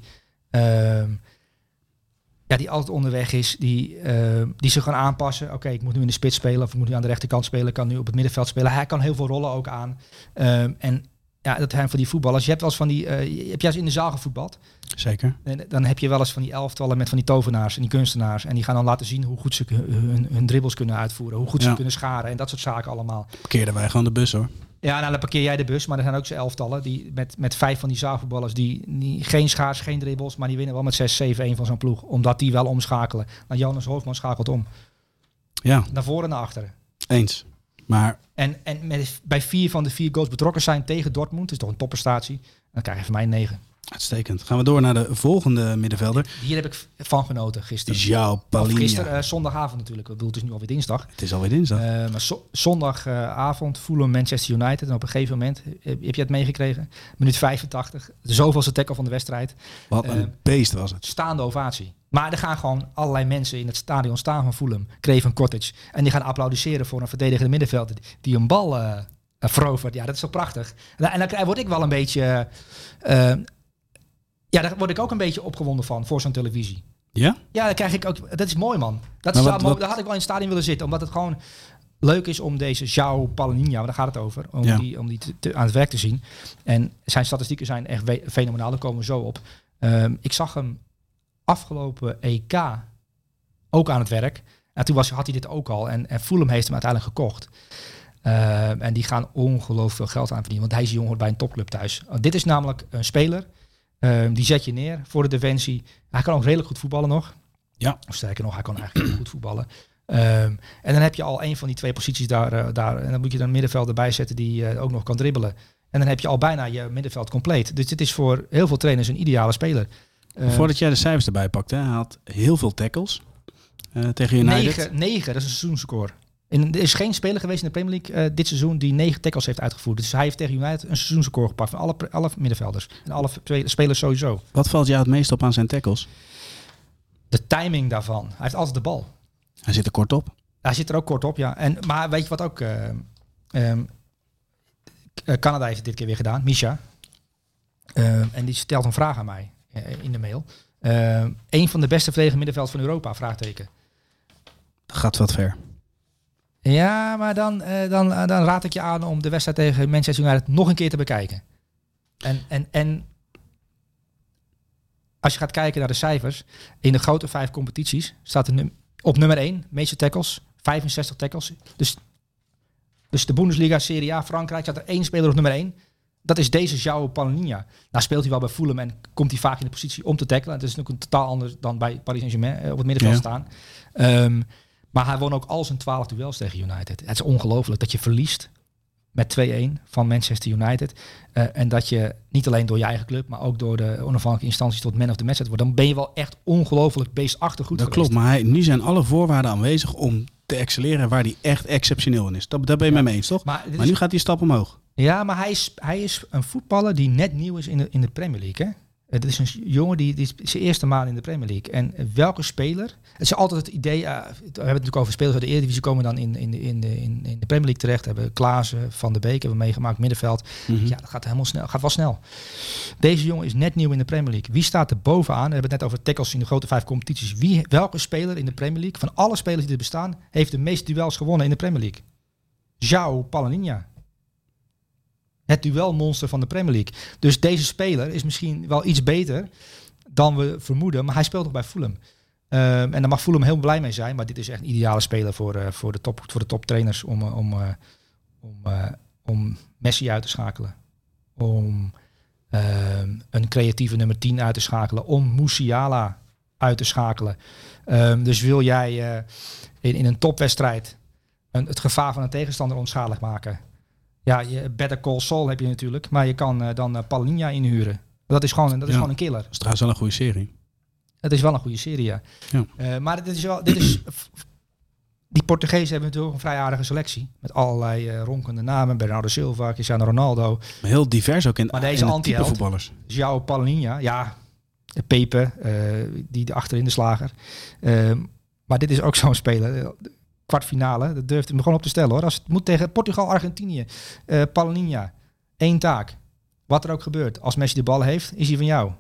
die altijd onderweg is, die zich gaan aanpassen. Oké, ik moet nu in de spits spelen of ik moet nu aan de rechterkant spelen. Ik kan nu op het middenveld spelen. Hij kan heel veel rollen ook aan. En dat zijn van die voetballers. Je hebt wel eens van die, heb jij eens in de zaal gevoetbald? Zeker. En dan heb je wel eens van die elftallen met van die tovenaars en die kunstenaars. En die gaan dan laten zien hoe goed ze hun dribbles kunnen uitvoeren. Hoe goed ze kunnen scharen en dat soort zaken allemaal. Parkeerden wij gewoon de bus hoor. Ja, nou dan parkeer jij de bus. Maar er zijn ook zo'n elftallen die met 5 van die zaalvoetballers die geen schaars, geen dribbles, maar die winnen wel met 6-7-1 van zo'n ploeg. Omdat die wel omschakelen. Nou, Jonas Hofman schakelt om. Ja. Naar voren en naar achteren. Eens. Maar En bij 4 van de 4 goals betrokken zijn tegen Dortmund, is toch een topprestatie. Dan krijg je van mij een 9. Uitstekend. Gaan we door naar de volgende middenvelder. Hier heb ik van genoten gisteren. João Palhinha. Gisteren, zondagavond natuurlijk. Ik bedoel, het is nu alweer dinsdag. Het is alweer dinsdag. Maar zondagavond Fulham Manchester United. En op een gegeven moment, heb je het meegekregen? Minuut 85. De zoveelste tackle van de wedstrijd. Wat een beest was het. Staande ovatie. Maar er gaan gewoon allerlei mensen in het stadion staan van Fulham. Craven Cottage. En die gaan applaudisseren voor een verdedigende middenvelder die een bal verovert. Ja, dat is toch prachtig. En dan word ik wel een beetje... daar word ik ook een beetje opgewonden van voor zo'n televisie. Ja? Ja, dan krijg ik ook... Dat is mooi, man. Daar had ik wel in het stadion willen zitten. Omdat het gewoon leuk is om deze João Palhinha, want daar gaat het over, om die aan het werk te zien. En zijn statistieken zijn echt fenomenaal. Daar komen we zo op. Ik zag hem afgelopen EK ook aan het werk. En toen had hij dit ook al. En Fulham heeft hem uiteindelijk gekocht. En die gaan ongelooflijk veel geld aan verdienen. Want hij is jong, hoort bij een topclub thuis. Dit is namelijk een speler. Die zet je neer voor de defensie. Hij kan ook redelijk goed voetballen nog. Ja. Of sterker nog, hij kan eigenlijk heel goed voetballen. En dan heb je al een van die 2 posities daar. En dan moet je dan een middenveld erbij zetten die ook nog kan dribbelen. En dan heb je al bijna je middenveld compleet. Dus dit is voor heel veel trainers een ideale speler. Voordat jij de cijfers erbij pakte, hij had heel veel tackles tegen United. 9, dat is een seizoensrecord. Er is geen speler geweest in de Premier League dit seizoen die 9 tackles heeft uitgevoerd. Dus hij heeft tegen United een seizoensrecord gepakt van alle middenvelders. En alle spelers sowieso. Wat valt jou het meest op aan zijn tackles? De timing daarvan. Hij heeft altijd de bal. Hij zit er kort op. Hij zit er ook kort op, ja. Maar weet je wat ook... Canada heeft het dit keer weer gedaan. Misha. En die stelt een vraag aan mij in de mail. Een van de beste verdedigende middenvelders van Europa, vraagteken. Dat gaat wat ver. Ja, maar dan raad ik je aan om de wedstrijd tegen Manchester United nog een keer te bekijken. En als je gaat kijken naar de cijfers, in de grote 5 competities staat er op nummer 1, meeste tackles, 65 tackles. Dus de Bundesliga, Serie A, Frankrijk, staat er 1 speler op nummer 1. Dat is deze João Palhinha. Nou speelt hij wel bij Fulham en komt hij vaak in de positie om te tackelen. Het is natuurlijk totaal anders dan bij Paris Saint-Germain op het middenveld staan. Maar hij won ook al zijn 12 duels tegen United. Het is ongelooflijk dat je verliest met 2-1 van Manchester United. En dat je niet alleen door je eigen club, maar ook door de onafhankelijke instanties tot man of the match wordt. Dan ben je wel echt ongelooflijk beestachtig goed geweest. Dat klopt, maar nu zijn alle voorwaarden aanwezig om te excelleren waar hij echt exceptioneel in is. Daar ben je mee eens, toch? Maar nu gaat hij een stap omhoog. Ja, maar hij is een voetballer die net nieuw is in de Premier League. Hè? Het is een jongen die is zijn eerste maand in de Premier League. En welke speler... Het is altijd het idee... we hebben het natuurlijk over spelers uit de Eredivisie komen dan in de Premier League terecht. Hebben Klaassen, Van de Beek hebben we meegemaakt, middenveld. Mhm. Ja, dat gaat helemaal snel. Gaat wel snel. Deze jongen is net nieuw in de Premier League. Wie staat er bovenaan? We hebben het net over tackles in de grote 5 competities. Welke speler in de Premier League, van alle spelers die er bestaan, heeft de meeste duels gewonnen in de Premier League? João Palhinha. Het duelmonster van de Premier League. Dus deze speler is misschien wel iets beter dan we vermoeden. Maar hij speelt nog bij Fulham. En daar mag Fulham heel blij mee zijn. Maar dit is echt een ideale speler voor de toptrainers om Messi uit te schakelen. Om een creatieve nummer 10 uit te schakelen. Om Musiala uit te schakelen. Dus wil jij in een topwedstrijd het gevaar van een tegenstander onschadelijk maken... Ja, je Better Call Saul heb je natuurlijk, maar je kan dan Palhinha inhuren. Dat is gewoon een killer. Dat is trouwens wel een goede serie. Het is wel een goede serie, ja. Maar die Portugezen hebben natuurlijk een vrij aardige selectie. Met allerlei ronkende namen. Bernardo Silva, Cristiano Ronaldo. Maar heel divers ook in deze het type voetballers. João Palhinha, ja. Pepe, die achterin de slager. Maar dit is ook zo'n speler... Kwartfinale, dat durft hem gewoon op te stellen hoor. Als het moet tegen Portugal, Argentinië, Palhinha, 1 taak. Wat er ook gebeurt, als Messi de bal heeft, is hij van jou.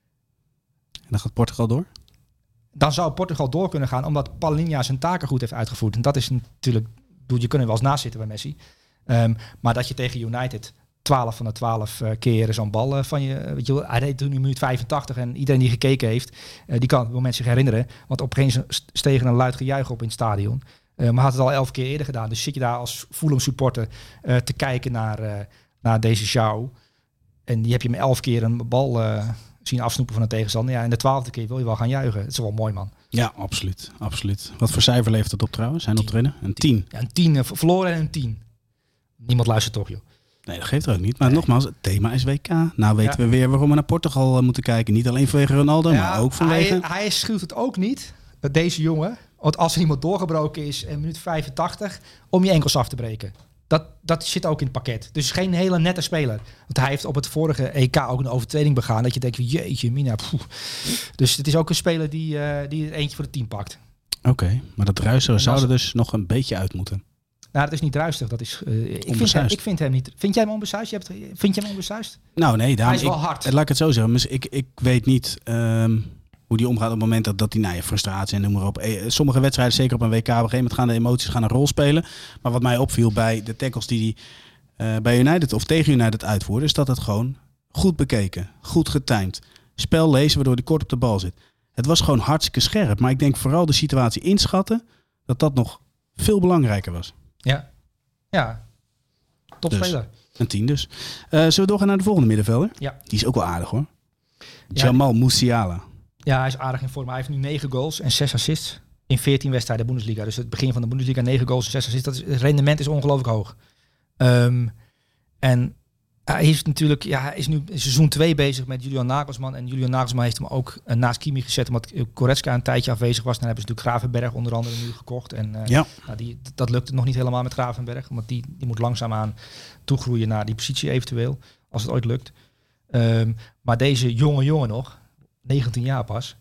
En dan gaat Portugal door? Dan zou Portugal door kunnen gaan, omdat Palhinha zijn taken goed heeft uitgevoerd. En dat is natuurlijk, je kunt er wel eens naast zitten bij Messi. Maar dat je tegen United 12 van de 12 keren zo'n bal van je... Weet je, hij deed toen in minuut 85 en iedereen die gekeken heeft, die kan het moment zich herinneren. Want op een gegeven moment stegen een luid gejuich op in het stadion. Maar had het al 11 keer eerder gedaan. Dus zit je daar als Fulham supporter te kijken naar deze João. En die heb je hem 11 keer een bal zien afsnoepen van een tegenstander. Ja, en de 12e keer wil je wel gaan juichen. Het is wel mooi, man. Ja, absoluut. Absoluut. Wat voor cijfer levert het op trouwens? Zijn optreden? Een 10. Ja, een 10. Verloren en een 10. Niemand luistert toch, joh. Nee, dat geeft er ook niet. Maar nogmaals, het thema is WK. Nou weten we weer waarom we naar Portugal moeten kijken. Niet alleen vanwege Ronaldo, maar ook vanwege... Hij schuwt het ook niet, deze jongen. Want als er iemand doorgebroken is in minuut 85, om je enkels af te breken. Dat zit ook in het pakket. Dus geen hele nette speler. Want hij heeft op het vorige EK ook een overtreding begaan. Dat je denkt, jeetje, mina. Dus het is ook een speler die er eentje voor de 10 pakt. Oké, maar dat ruisteren zou er dus nog een beetje uit moeten. Nou, dat is niet druistig. Dat is, ik vind hem niet... Vind jij hem onbesuisd? Vind je hem onbesuisd? Nou, nee. Hij is wel hard. Laat ik het zo zeggen. Ik weet niet... hoe die omgaat op het moment dat hij frustratie en noem maar op. Sommige wedstrijden, zeker op een WK, op een gegeven moment gaan de emoties een rol spelen. Maar wat mij opviel bij de tackles die hij bij United of tegen United uitvoerde, is dat het gewoon goed bekeken, goed getimed. Spel lezen waardoor hij kort op de bal zit. Het was gewoon hartstikke scherp. Maar ik denk vooral de situatie inschatten, dat nog veel belangrijker was. Ja. Topspeler. Dus, een 10 dus. Zullen we doorgaan naar de volgende middenvelder? Ja. Die is ook wel aardig hoor. Jamal Musiala. Ja, hij is aardig in vorm. Hij heeft nu 9 goals en 6 assists in 14 wedstrijden Bundesliga. Dus het begin van de Bundesliga, 9 goals en 6 assists. Het rendement is ongelooflijk hoog. En hij is natuurlijk, hij is nu in seizoen 2 bezig met Julian Nagelsmann. En Julian Nagelsmann heeft hem ook naast Kimi gezet, omdat Goretzka een tijdje afwezig was. Dan hebben ze natuurlijk Gravenberg onder andere nu gekocht. En dat lukte nog niet helemaal met Gravenberg, omdat die moet langzaamaan toegroeien naar die positie eventueel, als het ooit lukt. Maar deze jonge nog, 19 jaar pas,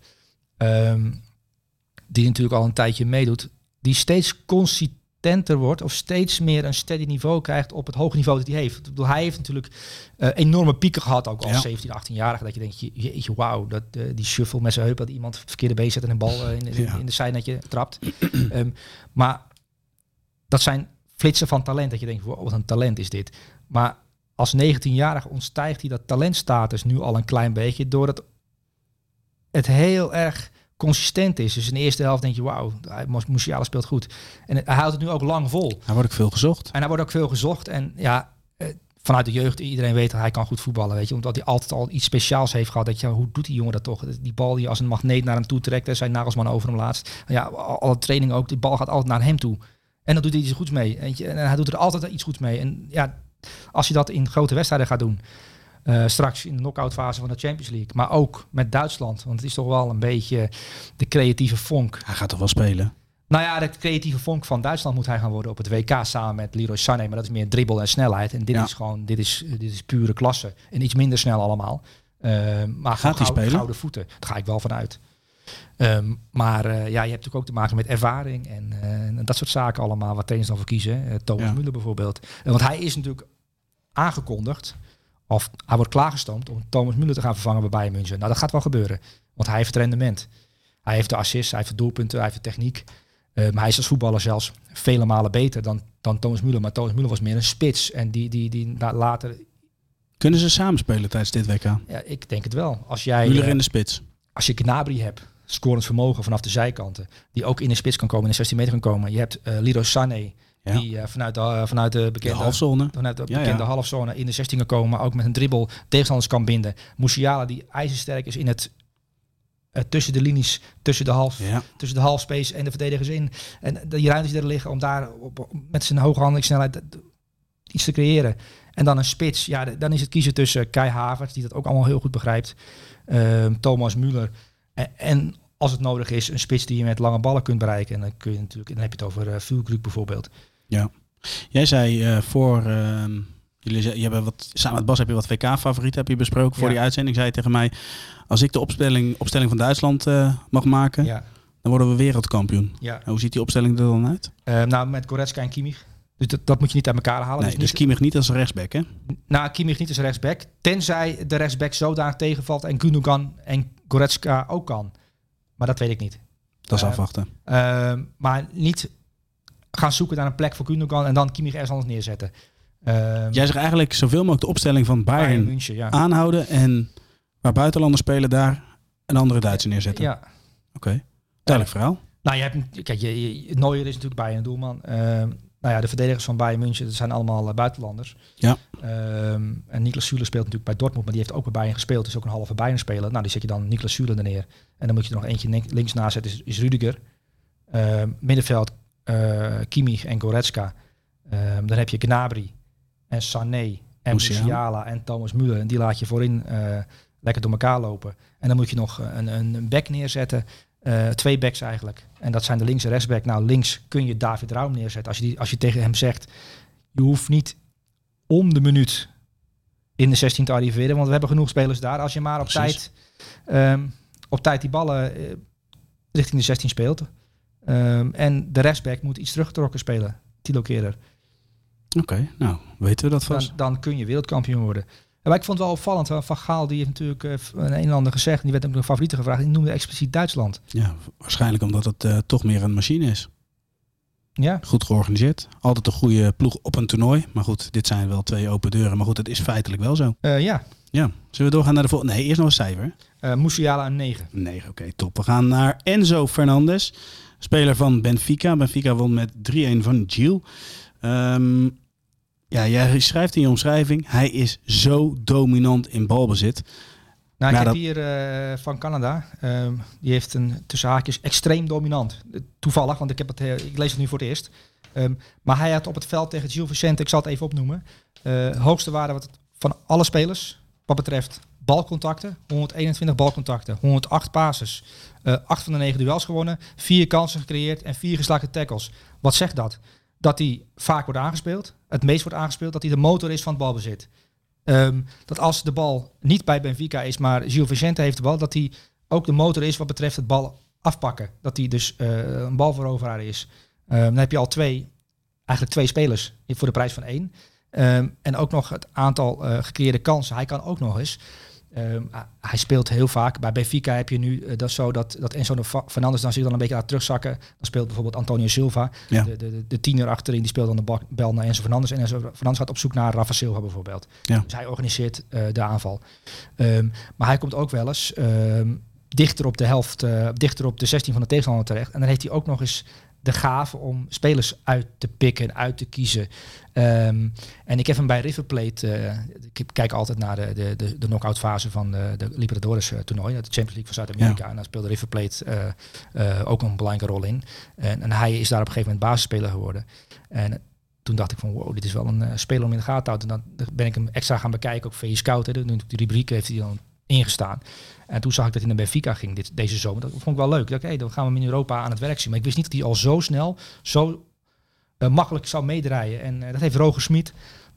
die natuurlijk al een tijdje meedoet, die steeds consistenter wordt of steeds meer een steady niveau krijgt op het hoge niveau dat hij heeft. Ik bedoel, hij heeft natuurlijk enorme pieken gehad, ook als 17, 18-jarige, dat je denkt, jeetje, wauw, die shuffle met zijn heup, dat iemand verkeerde been zet en een bal in de zijnetje trapt. Maar dat zijn flitsen van talent, dat je denkt, wow, wat een talent is dit. Maar als 19-jarige ontstijgt hij dat talentstatus nu al een klein beetje, doordat het heel erg consistent is. Dus in de eerste helft denk je, wauw, Musiala speelt goed. En hij houdt het nu ook lang vol. Hij wordt ook veel gezocht. En hij wordt ook veel gezocht. En vanuit de jeugd, iedereen weet dat hij kan goed voetballen, weet je. Omdat hij altijd al iets speciaals heeft gehad. Dat je, hoe doet die jongen dat toch? Die bal die als een magneet naar hem toe trekt. Daar zijn Nagelsman over hem laatst. Ja, alle trainingen ook. Die bal gaat altijd naar hem toe. En dan doet hij iets goeds mee. En hij doet er altijd iets goeds mee. En ja, als je dat in grote wedstrijden gaat doen, straks in de knock-out fase van de Champions League, maar ook met Duitsland, want het is toch wel een beetje de creatieve vonk. Hij gaat toch wel spelen? Nou ja, de creatieve vonk van Duitsland moet hij gaan worden op het WK samen met Leroy Sané, maar dat is meer dribbel en snelheid. En dit is gewoon, dit is pure klasse en iets minder snel allemaal. Maar Gaat hij spelen? Gouden voeten, daar ga ik wel van uit. Maar je hebt natuurlijk ook te maken met ervaring en dat soort zaken allemaal, wat trainers dan voor kiezen. Thomas Müller bijvoorbeeld. Want hij is natuurlijk aangekondigd, of hij wordt klaargestoomd om Thomas Müller te gaan vervangen bij Bayern München. Nou, dat gaat wel gebeuren, want hij heeft het rendement. Hij heeft de assists, hij heeft de doelpunten, hij heeft de techniek. Maar hij is als voetballer zelfs vele malen beter dan Thomas Müller. Maar Thomas Müller was meer een spits. En die later... Kunnen ze samenspelen tijdens dit WK? Ja, ik denk het wel. Als jij Müller in de spits. Als je Gnabry hebt, scorend vermogen vanaf de zijkanten, die ook in de spits kan komen, in de 16 meter kan komen. Je hebt Leroy Sané, die vanuit de bekende halfzone. Vanuit de bekende halfzone in de 16 kan komen, maar ook met een dribbel tegenstanders kan binden. Musiala, die ijzersterk is in het tussen de linies, tussen de halfspace en de verdedigers in. En die ruimtes die er liggen om daar met zijn hoge handelingssnelheid iets te creëren. En dan een spits. Ja, dan is het kiezen tussen Kai Havertz, die dat ook allemaal heel goed begrijpt. Thomas Müller. En als het nodig is, een spits die je met lange ballen kunt bereiken. En dan kun je natuurlijk, dan heb je het over Füllkrug bijvoorbeeld. Ja. Jij zei jullie hebben samen met Bas heb je wat WK-favorieten heb je besproken voor die uitzending. Zei je tegen mij, als ik de opstelling van Duitsland mag maken, dan worden we wereldkampioen. Ja. En hoe ziet die opstelling er dan uit? Nou, met Goretzka en Kimmich. Dus dat moet je niet uit elkaar halen. Nee, dus Kimmich niet als rechtsback, hè? Nou, Kimmich niet als rechtsback. Tenzij de rechtsback zodanig tegenvalt en Gundogan en Goretzka ook kan. Maar dat weet ik niet. Dat is afwachten. Maar niet gaan zoeken naar een plek voor Gundogan en dan Kimmich ergens anders neerzetten. Jij zegt eigenlijk zoveel mogelijk de opstelling van Bayern München, aanhouden en waar buitenlanders spelen daar een andere Duitser neerzetten. Ja. Oké. Duidelijk verhaal. Nou, je hebt, kijk, Neuer is natuurlijk Bayern doelman. De verdedigers van Bayern München, dat zijn allemaal buitenlanders. Ja. En Niklas Süle speelt natuurlijk bij Dortmund, maar die heeft ook bij Bayern gespeeld. Dus ook een halve Bayern speler. Nou, die zet je dan Niklas Süle er neer. En dan moet je er nog eentje links naast zetten, is Rüdiger. Middenveld, Kimmich en Goretzka. Dan heb je Gnabry en Sané en Musiala en Thomas Müller. En die laat je voorin lekker door elkaar lopen. En dan moet je nog een back neerzetten. 2 backs eigenlijk. En dat zijn de links en rechtsback. Nou, links kun je David Raum neerzetten. Als je tegen hem zegt, je hoeft niet om de minuut in de 16 te arriveren, want we hebben genoeg spelers daar. Als je maar op tijd die ballen richting de 16 speelt. En de rechtsback moet iets teruggetrokken spelen. Thilo Kehrer. Oké, nou, weten we dat vast. Dan kun je wereldkampioen worden. Maar ik vond het wel opvallend. Van Gaal, die heeft natuurlijk een en ander gezegd. Die werd ook een favoriete gevraagd. Die noemde expliciet Duitsland. Ja, waarschijnlijk omdat het toch meer een machine is. Ja. Goed georganiseerd. Altijd een goede ploeg op een toernooi. Maar goed, dit zijn wel 2 open deuren. Maar goed, het is feitelijk wel zo. Ja. Zullen we doorgaan naar de volgende? Nee, eerst nog een cijfer. Musiala een 9. 9, oké, top. We gaan naar Enzo Fernandez. Speler van Benfica. Benfica won met 3-1 van Gilles. Jij schrijft in je omschrijving, hij is zo dominant in balbezit. Nou, ik heb hier van Canada, die heeft een tussen haakjes extreem dominant. Toevallig, want ik lees het nu voor het eerst. Maar hij had op het veld tegen Gil Vicente, ik zal het even opnoemen, hoogste waarde van alle spelers wat betreft balcontacten. 121 balcontacten, 108 passes, 8 van de 9 duels gewonnen, 4 kansen gecreëerd en 4 geslaagde tackles. Wat zegt dat? Dat hij vaak wordt aangespeeld, het meest wordt aangespeeld, dat hij de motor is van het balbezit. Dat als de bal niet bij Benfica is, maar Gil Vicente heeft de bal, dat hij ook de motor is wat betreft het bal afpakken. Dat hij dus een balveroveraar is. Dan heb je al twee spelers voor de prijs van 1. En ook nog het aantal gecreëerde kansen. Hij kan ook nog eens. Hij speelt heel vaak. Bij Benfica heb je nu dat zo dat Enzo Fernandez dan zich dan een beetje laat terugzakken. Dan speelt bijvoorbeeld Antonio Silva, de tiener achterin, die speelt dan de bal naar Enzo Fernandez. En Enzo Fernandez gaat op zoek naar Rafa Silva bijvoorbeeld. Ja. Dus hij organiseert de aanval. Maar hij komt ook wel eens dichter op de helft, dichter op de 16 van de tegenstander terecht. En dan heeft hij ook nog eens de gave om spelers uit te pikken, uit te kiezen. En ik heb hem bij River Plate, ik kijk altijd naar de knock-out fase van de Libertadores toernooi, de Champions League van Zuid-Amerika. Ja. En daar speelde River Plate ook een belangrijke rol in. En hij is daar op een gegeven moment basisspeler geworden. En toen dacht ik van wow, dit is wel een speler om in de gaten te houden. En dan ben ik hem extra gaan bekijken, ook VS Scout. Die rubriek heeft hij dan ingestaan. En toen zag ik dat hij naar Benfica ging deze zomer. Dat vond ik wel leuk. Ik dacht, dan gaan we hem in Europa aan het werk zien. Maar ik wist niet dat hij al zo snel, zo makkelijk zou meedraaien. En dat heeft Roger Smit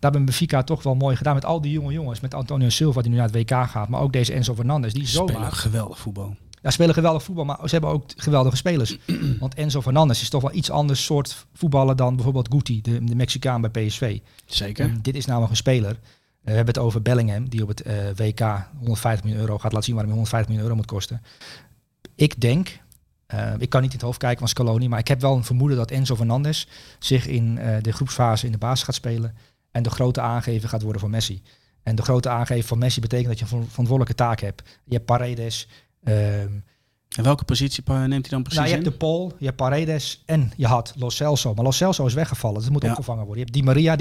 hebben Benfica toch wel mooi gedaan. Met al die jonge jongens. Met Antonio Silva die nu naar het WK gaat. Maar ook deze Enzo Fernandez. Die spelen geweldig voetbal. Ja, spelen geweldig voetbal. Maar ze hebben ook geweldige spelers. Want Enzo Fernandez is toch wel iets anders soort voetballer dan bijvoorbeeld Guti. De Mexicaan bij PSV. Zeker. Dit is namelijk een speler. We hebben het over Bellingham. Die op het WK 150 miljoen euro gaat laten zien waarom hij 150 miljoen euro moet kosten. Ik denk... ik kan niet in het hoofd kijken van Scaloni, maar ik heb wel een vermoeden dat Enzo Fernandez zich in de groepsfase in de basis gaat spelen en de grote aangever gaat worden voor Messi. En de grote aangever van Messi betekent dat je een verantwoordelijke taak hebt. Je hebt Paredes. En welke positie neemt hij dan precies je hebt de Paul, je hebt Paredes en je had Lo Celso. Maar Lo Celso is weggevallen, dus het moet opgevangen worden. Je hebt Di Maria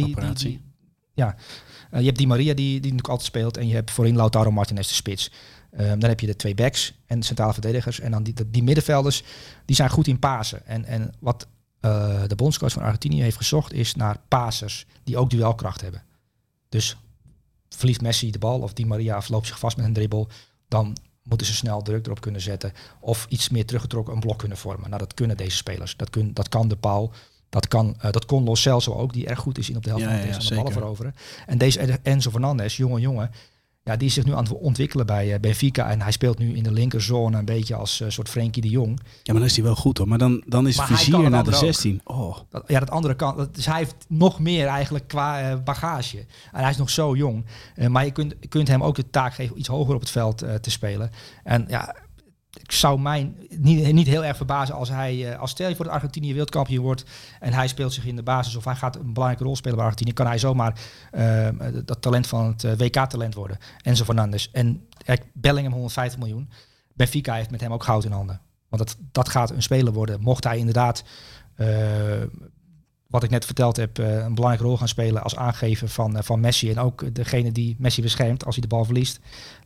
je hebt Di Maria die natuurlijk altijd speelt en je hebt voorin Lautaro Martinez de spits. Dan heb je de 2 backs en de centrale verdedigers. En dan die middenvelders, die zijn goed in pasen. En wat de bondscoach van Argentinië heeft gezocht, is naar pasers die ook duelkracht hebben. Dus verliest Messi de bal of Di Maria loopt zich vast met een dribbel, dan moeten ze snel druk erop kunnen zetten. Of iets meer teruggetrokken een blok kunnen vormen. Nou, dat kunnen deze spelers. Dat kan de Paul. Dat kon Lo Celso ook, die erg goed is in op de helft van de ballen veroveren. En deze Enzo Fernandez, jonge, ja, die is zich nu aan het ontwikkelen bij Benfica. En hij speelt nu in de linkerzone een beetje als soort Frenkie de Jong. Ja, maar dan is hij wel goed hoor. Maar dan is Vizier naar de 16. Oh. Dat andere kant. Dus hij heeft nog meer eigenlijk qua bagage. En hij is nog zo jong. Maar je kunt hem ook de taak geven iets hoger op het veld te spelen. En ja, ik zou mij niet heel erg verbazen als hij, als stel je voor dat Argentinië wereldkampioen wordt en hij speelt zich in de basis of hij gaat een belangrijke rol spelen bij Argentinië, kan hij zomaar dat talent van het WK-talent worden. Enzo Fernandez. En Bellingham 150 miljoen. Benfica heeft met hem ook goud in handen. Want dat gaat een speler worden. Mocht hij inderdaad, wat ik net verteld heb, een belangrijke rol gaan spelen als aangever van Messi en ook degene die Messi beschermt als hij de bal verliest.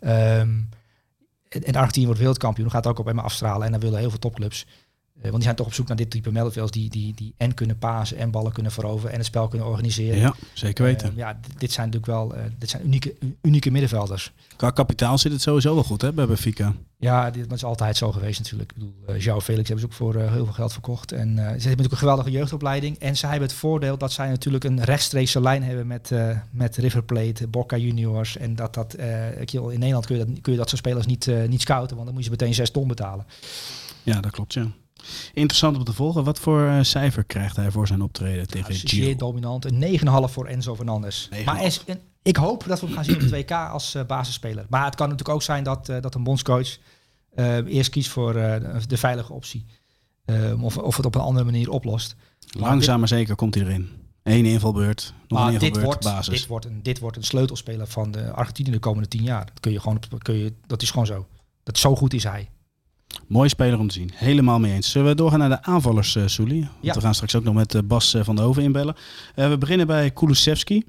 En Argentinië wordt wereldkampioen, dan gaat het ook op hem afstralen. En dan willen heel veel topclubs. Want die zijn toch op zoek naar dit type middenvelders die en kunnen pasen en ballen kunnen veroveren en het spel kunnen organiseren. Ja, zeker weten. Dit zijn natuurlijk wel unieke middenvelders. Qua kapitaal zit het sowieso wel goed hè, bij Benfica. Ja, dit is altijd zo geweest natuurlijk. Ik bedoel, João Felix hebben ze ook voor heel veel geld verkocht. En ze hebben natuurlijk een geweldige jeugdopleiding. En zij hebben het voordeel dat zij natuurlijk een rechtstreekse lijn hebben met River Plate, Boca Juniors. En in Nederland kun je dat soort spelers niet scouten, want dan moet je meteen 6 ton betalen. Ja, dat klopt, ja. Interessant om te volgen. Wat voor cijfer krijgt hij voor zijn optreden tegen Giro? Zeer dominant. Een 9,5 voor Enzo Fernandez. 9,5. Maar ik hoop dat we hem gaan zien op het WK als basisspeler. Maar het kan natuurlijk ook zijn dat een bondscoach eerst kiest voor de veilige optie. Of het op een andere manier oplost. Langzaam maar zeker komt hij erin. 1 invalbeurt, nog een invalbeurt, basis. Dit wordt een sleutelspeler van de Argentinië de komende 10 jaar. Dat is gewoon zo. Zo goed is hij. Mooie speler om te zien. Helemaal mee eens. Zullen we doorgaan naar de aanvallers, Soelie? Want we gaan straks ook nog met Bas van der Hoven inbellen. We beginnen bij Kulusevski.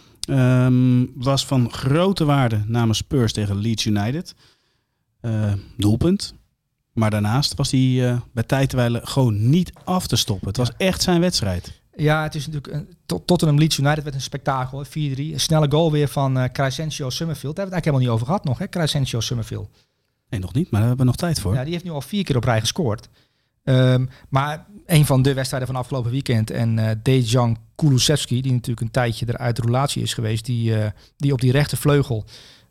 Was van grote waarde namens Spurs tegen Leeds United. Doelpunt. Maar daarnaast was hij bij tijdwijlen gewoon niet af te stoppen. Het was echt zijn wedstrijd. Ja, het is natuurlijk Tottenham Leeds United werd een spektakel. 4-3. Een snelle goal weer van Crescencio Summerfield. Daar hebben we het eigenlijk helemaal niet over gehad nog, hè? Crescencio Summerfield. Nee, nog niet, maar daar hebben we nog tijd voor. Ja, die heeft nu al 4 keer op rij gescoord. Maar een van de wedstrijden van afgelopen weekend. En Dejan Kulusevski, die natuurlijk een tijdje eruit de roulatie is geweest. Die op die rechtervleugel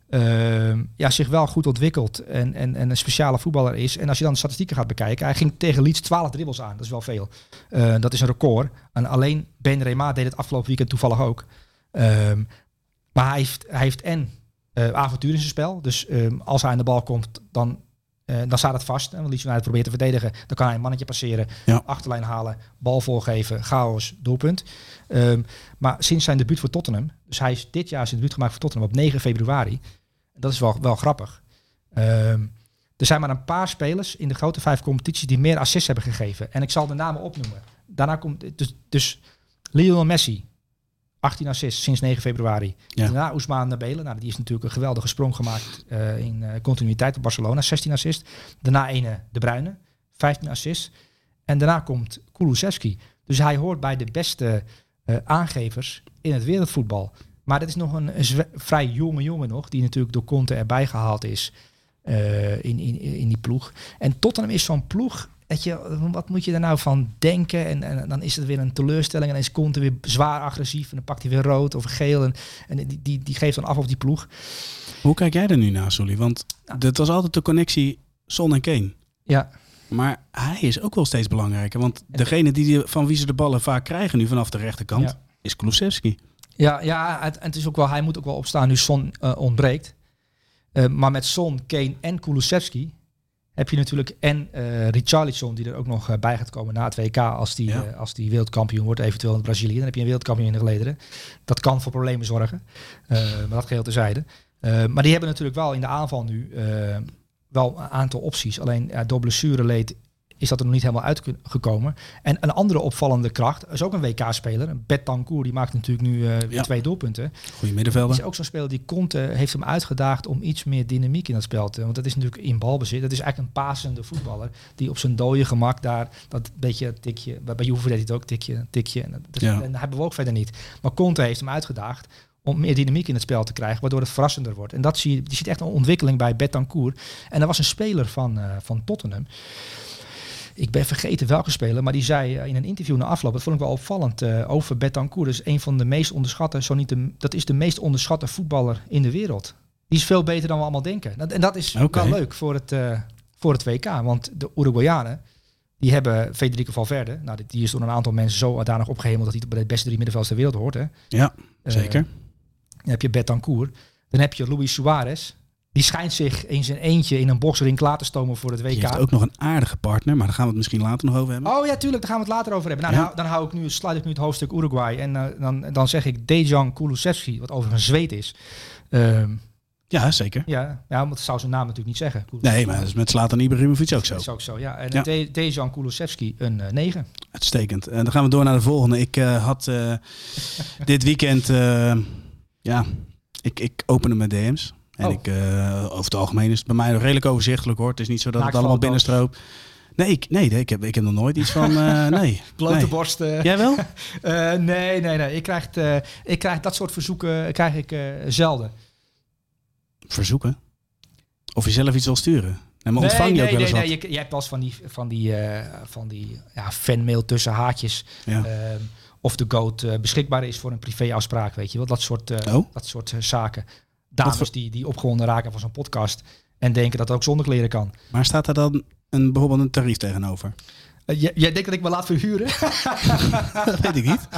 zich wel goed ontwikkelt. En een speciale voetballer is. En als je dan de statistieken gaat bekijken. Hij ging tegen Leeds 12 dribbles aan. Dat is wel veel. Dat is een record. En alleen Benrahma deed het afgelopen weekend toevallig ook. Maar hij heeft avontuur in zijn spel. Dus als hij aan de bal komt, dan staat het vast. En want Leeds United probeert te verdedigen. Dan kan hij een mannetje passeren, achterlijn halen, bal voorgeven, chaos, doelpunt. Maar sinds zijn debuut voor Tottenham, dus hij is dit jaar zijn debuut gemaakt voor Tottenham op 9 februari. Dat is wel grappig. Er zijn maar een paar spelers in de grote 5 competities die meer assists hebben gegeven. En ik zal de namen opnoemen. Daarna komt dus Lionel Messi. 18 assists sinds 9 februari. Ja. Daarna Ousmane Dembélé. Die is natuurlijk een geweldige sprong gemaakt in continuïteit op Barcelona. 16 assists. Daarna De Bruyne. 15 assists. En daarna komt Kulusevski. Dus hij hoort bij de beste aangevers in het wereldvoetbal. Maar dat is nog een vrij jonge jongen nog. Die natuurlijk door Conte erbij gehaald is in die ploeg. En Tottenham is zo'n ploeg. weet je, wat moet je daar nou van denken? En dan is het weer een teleurstelling. En dan is Conte weer zwaar agressief. En dan pakt hij weer rood of geel. En die geeft dan af op die ploeg. Hoe kijk jij er nu naar, Sully? Want dat was altijd de connectie Son en Kane. Ja. Maar hij is ook wel steeds belangrijker. Want degene van wie ze de ballen vaak krijgen nu vanaf de rechterkant is Kulusevski. Ja, het is ook wel, hij moet ook wel opstaan nu Son ontbreekt. Maar met Son, Kane en Kulusevski heb je natuurlijk en Richarlison die er ook nog bij gaat komen na het WK als die wereldkampioen wordt, eventueel in Brazilië. Dan heb je een wereldkampioen in de gelederen. Dat kan voor problemen zorgen. Maar dat geheel terzijde. Maar die hebben natuurlijk wel in de aanval nu wel een aantal opties. Alleen door blessureleed is dat er nog niet helemaal uitgekomen. En een andere opvallende kracht is ook een WK-speler. Betancourt, die maakt natuurlijk nu weer 2 doelpunten. Goeie middenvelder. Die is ook zo'n speler die Conte heeft hem uitgedaagd om iets meer dynamiek in dat spel te. Want dat is natuurlijk in balbezit. Dat is eigenlijk een pasende voetballer die op zijn dode gemak daar dat beetje tikje. Bij Juve deed hij het ook tikje. En dat hebben we ook verder niet. Maar Conte heeft hem uitgedaagd om meer dynamiek in het spel te krijgen, waardoor het verrassender wordt. En dat je ziet echt een ontwikkeling bij Betancourt. En er was een speler van Tottenham. Ik ben vergeten welke speler, maar die zei in een interview na afloop, dat vond ik wel opvallend, over Betancourt. Dus een van de meest onderschatte, dat is de meest onderschatte voetballer in de wereld. Die is veel beter dan we allemaal denken. En dat is wel leuk voor het WK, want de Uruguayanen, die hebben Federico Valverde. Nou, die is door een aantal mensen zo uiteindelijk opgehemeld dat hij bij de beste 3 middenvelders ter wereld hoort. Hè? Ja, zeker. Dan heb je Betancourt. Dan heb je Luis Suarez. Die schijnt zich in zijn eentje in een boksring klaar te stomen voor het WK. Die heeft ook nog een aardige partner, maar daar gaan we het misschien later nog over hebben. Oh ja, tuurlijk, daar gaan we het later over hebben. Nou, dan sluit ik nu het hoofdstuk Uruguay. En dan zeg ik Dejan Kulusevski, wat overigens Zweed is. Ja, zeker. Ja, want dat zou zijn naam natuurlijk niet zeggen. Nee, maar dat is met Zlatan Ibrahimovic ook zo. Dat is ook zo, ja. En Dejan Kulusevski een 9. Uitstekend. En dan gaan we door naar de volgende. Ik had dit weekend... Ik opende mijn DM's. En over het algemeen is het bij mij nog redelijk overzichtelijk, hoor. Het is niet zo dat het allemaal binnenstroomt. Nee, ik heb nog nooit iets van... nee. Blote borst. Jij wel? Nee. Ik krijg dat soort verzoeken zelden. Verzoeken? Of je zelf iets wil sturen? Nee, maar ontvang je ook wel eens wat? Je hebt wel eens van die fanmail tussen haakjes. Ja. Of de GOAT beschikbaar is voor een privéafspraak, weet je wel. Dat soort zaken. Dames die opgewonden raken van zo'n podcast en denken dat het ook zonder kleren kan. Maar staat er dan bijvoorbeeld een tarief tegenover? Jij denkt dat ik me laat verhuren? Dat weet ik niet.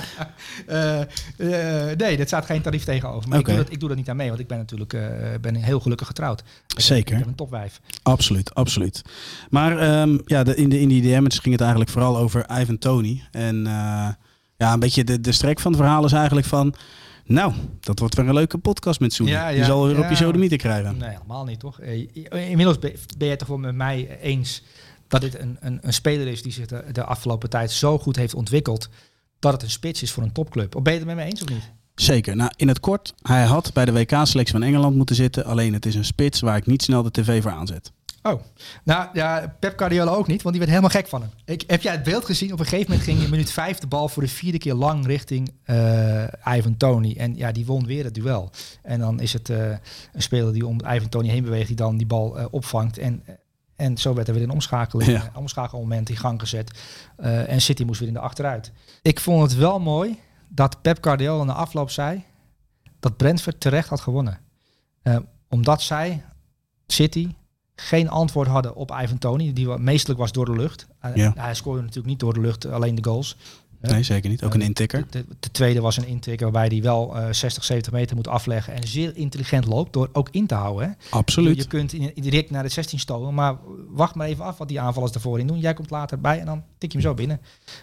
Nee, er staat geen tarief tegenover. Maar ik doe dat niet aan mee, want ik ben natuurlijk heel gelukkig getrouwd. Zeker. Ik heb een topwijf. Absoluut. Maar in die DM's ging het eigenlijk vooral over Ivan Toney. En een beetje de strek van het verhaal is eigenlijk van... Nou, dat wordt weer een leuke podcast met Soen. Ja, je zal weer op je sodemieter krijgen. Nee, helemaal niet, toch? Inmiddels ben je toch wel met mij eens dat dit een speler is die zich de afgelopen tijd zo goed heeft ontwikkeld dat het een spits is voor een topclub. Of ben je het met me eens of niet? Zeker. Nou, in het kort, hij had bij de WK-selectie van Engeland moeten zitten. Alleen het is een spits waar ik niet snel de tv voor aanzet. Oh, nou ja, Pep Guardiola ook niet, want die werd helemaal gek van hem. Heb jij het beeld gezien? Op een gegeven moment ging in minuut 5 de bal voor de 4e keer lang richting Ivan Toney. En ja, die won weer het duel. En dan is het een speler die om Ivan Toney heen beweegt, die dan die bal opvangt. En zo werd er weer een omschakelmoment in gang gezet. En City moest weer in de achteruit. Ik vond het wel mooi dat Pep Guardiola na afloop zei dat Brentford terecht had gewonnen. Omdat zij, City, geen antwoord hadden op Ivan Toney, die meestelijk was door de lucht. Hij scoorde natuurlijk niet door de lucht, alleen de goals. Nee, zeker niet. Ook een intikker. De tweede was een intikker waarbij hij wel 60, 70 meter moet afleggen en zeer intelligent loopt door ook in te houden. Hè? Absoluut. Je kunt direct naar de 16 stomen, maar wacht maar even af wat die aanvallers daarvoor in doen. Jij komt later bij en dan tik je hem zo binnen.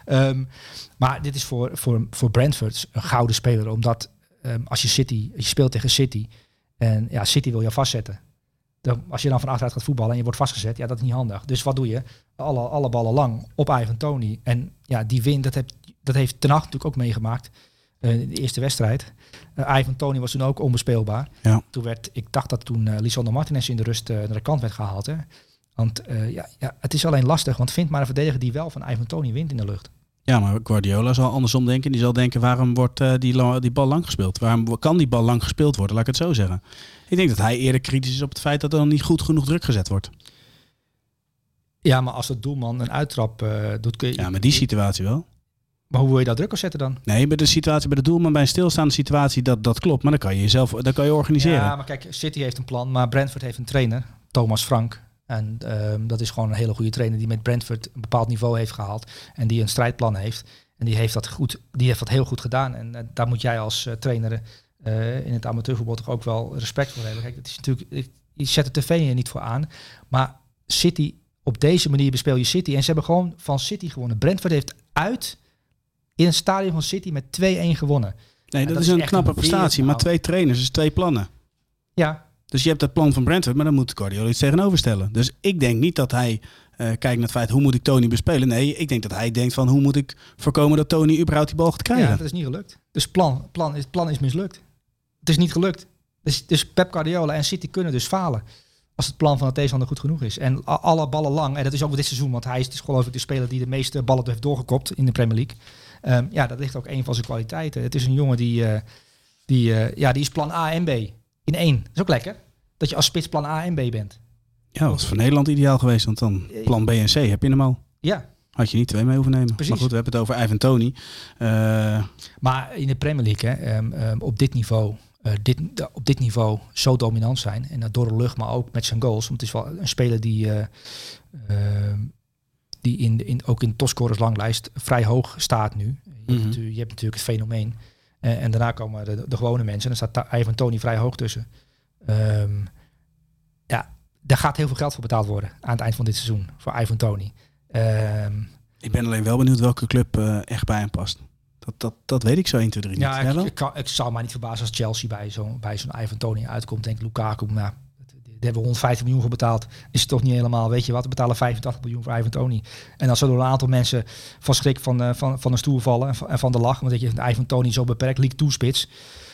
Maar dit is voor Brentford een gouden speler, omdat als je speelt tegen City en ja, City wil je vastzetten. Als je dan van achteruit gaat voetballen en je wordt vastgezet, ja, dat is niet handig. Dus wat doe je? Alle ballen lang op Ivan Toney. En ja, die win, dat heeft Ten Hag natuurlijk ook meegemaakt. De eerste wedstrijd. Ivan Toney was toen ook onbespeelbaar. Ja. Ik dacht dat toen Lisandro Martinez in de rust naar de kant werd gehaald. Hè? Want het is alleen lastig, want vind maar een verdediger die wel van Ivan Toney wint in de lucht. Ja, maar Guardiola zal andersom denken. Die zal denken, waarom wordt die bal lang gespeeld? Waarom kan die bal lang gespeeld worden? Laat ik het zo zeggen. Ik denk dat hij eerder kritisch is op het feit dat er dan niet goed genoeg druk gezet wordt. Ja, maar als de doelman een uittrap doet... kun je... Ja, maar die situatie wel. Maar hoe wil je dat druk op zetten dan? Nee, bij de situatie bij de doelman, bij een stilstaande situatie, dat klopt. Maar dan kan je jezelf organiseren. Ja, maar kijk, City heeft een plan, maar Brentford heeft een trainer, Thomas Frank. En dat is gewoon een hele goede trainer die met Brentford een bepaald niveau heeft gehaald. En die een strijdplan heeft. En die heeft dat heel goed gedaan. En daar moet jij als trainer in het amateurvoetbal toch ook wel respect voor hebben. Kijk, het is natuurlijk, je zet de tv er niet voor aan. Maar City, op deze manier bespeel je City. En ze hebben gewoon van City gewonnen. Brentford heeft uit in het stadion van City met 2-1 gewonnen. Nee, dat is een knappe prestatie. Maar 2 trainers, dus 2 plannen. Ja. Dus je hebt het plan van Brentford, maar dan moet Guardiola iets tegenover stellen. Dus ik denk niet dat hij kijkt naar het feit, hoe moet ik Tony bespelen? Nee, ik denk dat hij denkt van, hoe moet ik voorkomen dat Tony überhaupt die bal gaat krijgen? Ja, dat is niet gelukt. Dus plan is mislukt. Het is niet gelukt. Dus Pep Guardiola en City kunnen dus falen. Als het plan van de tegenstander goed genoeg is. En alle ballen lang, en dat is ook dit seizoen, want hij is dus geloof ik de speler die de meeste ballen heeft doorgekopt in de Premier League. Ja, dat ligt ook een van zijn kwaliteiten. Het is een jongen die is plan A en B in 1. Dat is ook lekker. Dat je als spits plan A en B bent. Ja, dat is voor Nederland ideaal geweest, want dan plan B en C heb je hem al. Ja. Had je niet 2 mee hoeven nemen. Precies. Maar goed, we hebben het over Ivan Toney. Maar in de Premier League, op dit niveau zo dominant zijn. En door de lucht, maar ook met zijn goals. Want het is wel een speler die ook in de topscorersranglijst vrij hoog staat nu. Je hebt natuurlijk het fenomeen. En daarna komen de gewone mensen. En dan staat Ivan Toney vrij hoog tussen. Daar gaat heel veel geld voor betaald worden aan het eind van dit seizoen. Voor Ivan Toney. Ik ben alleen wel benieuwd welke club echt bij hem past. Dat weet ik zo 1, 2, 3 niet. Ja, ik zou mij niet verbazen als Chelsea bij zo'n Ivan Toney uitkomt. Denk Lukaku, nou, daar hebben we 150 miljoen voor betaald. Is het toch niet helemaal, weet je wat, we betalen 85 miljoen voor Ivan Toney. En dan zullen er een aantal mensen van schrik van een stoel vallen en van de lach. Want dat je Ivan Toney zo beperkt, League 2 spits.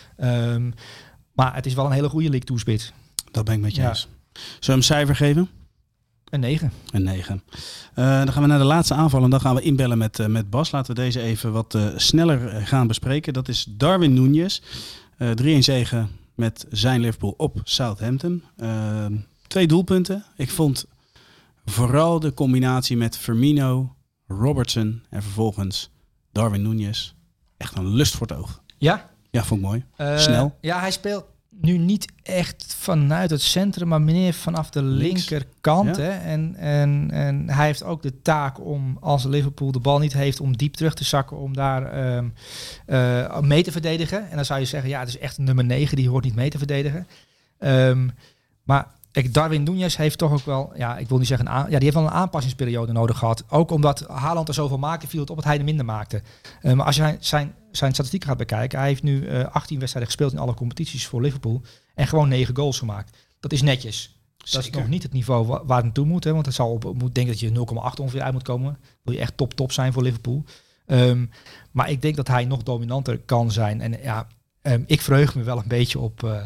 Maar het is wel een hele goede League 2 spits. Dat ben ik met je eens. Zullen we hem cijfer geven? Een 9. Een 9. Dan gaan we naar de laatste aanval en dan gaan we inbellen met Bas. Laten we deze even wat sneller gaan bespreken. Dat is Darwin Núñez. 3-1 zege met zijn Liverpool op Southampton. 2 doelpunten. Ik vond vooral de combinatie met Firmino, Robertson en vervolgens Darwin Núñez echt een lust voor het oog. Ja? Ja, vond ik mooi. Snel. Ja, hij speelt nu niet echt vanuit het centrum, maar meer vanaf de linkerkant. Ja. Hè? En hij heeft ook de taak om, als Liverpool de bal niet heeft, om diep terug te zakken, om daar mee te verdedigen. En dan zou je zeggen, ja, het is echt een nummer 9, die hoort niet mee te verdedigen. Maar Darwin Núñez heeft toch ook wel, ja, ik wil niet zeggen, die heeft wel een aanpassingsperiode nodig gehad. Ook omdat Haaland er zoveel maakte, viel het op dat hij er minder maakte. Maar als je zijn statistieken gaat bekijken, hij heeft nu 18 wedstrijden gespeeld in alle competities voor Liverpool en gewoon 9 goals gemaakt. Dat is netjes. Zeker. Dat is nog niet het niveau waar het naartoe moet, hè, want het zal denk dat je 0,8 ongeveer uit moet komen. Wil je echt top zijn voor Liverpool. Maar ik denk dat hij nog dominanter kan zijn. En ja, ik verheug me wel een beetje op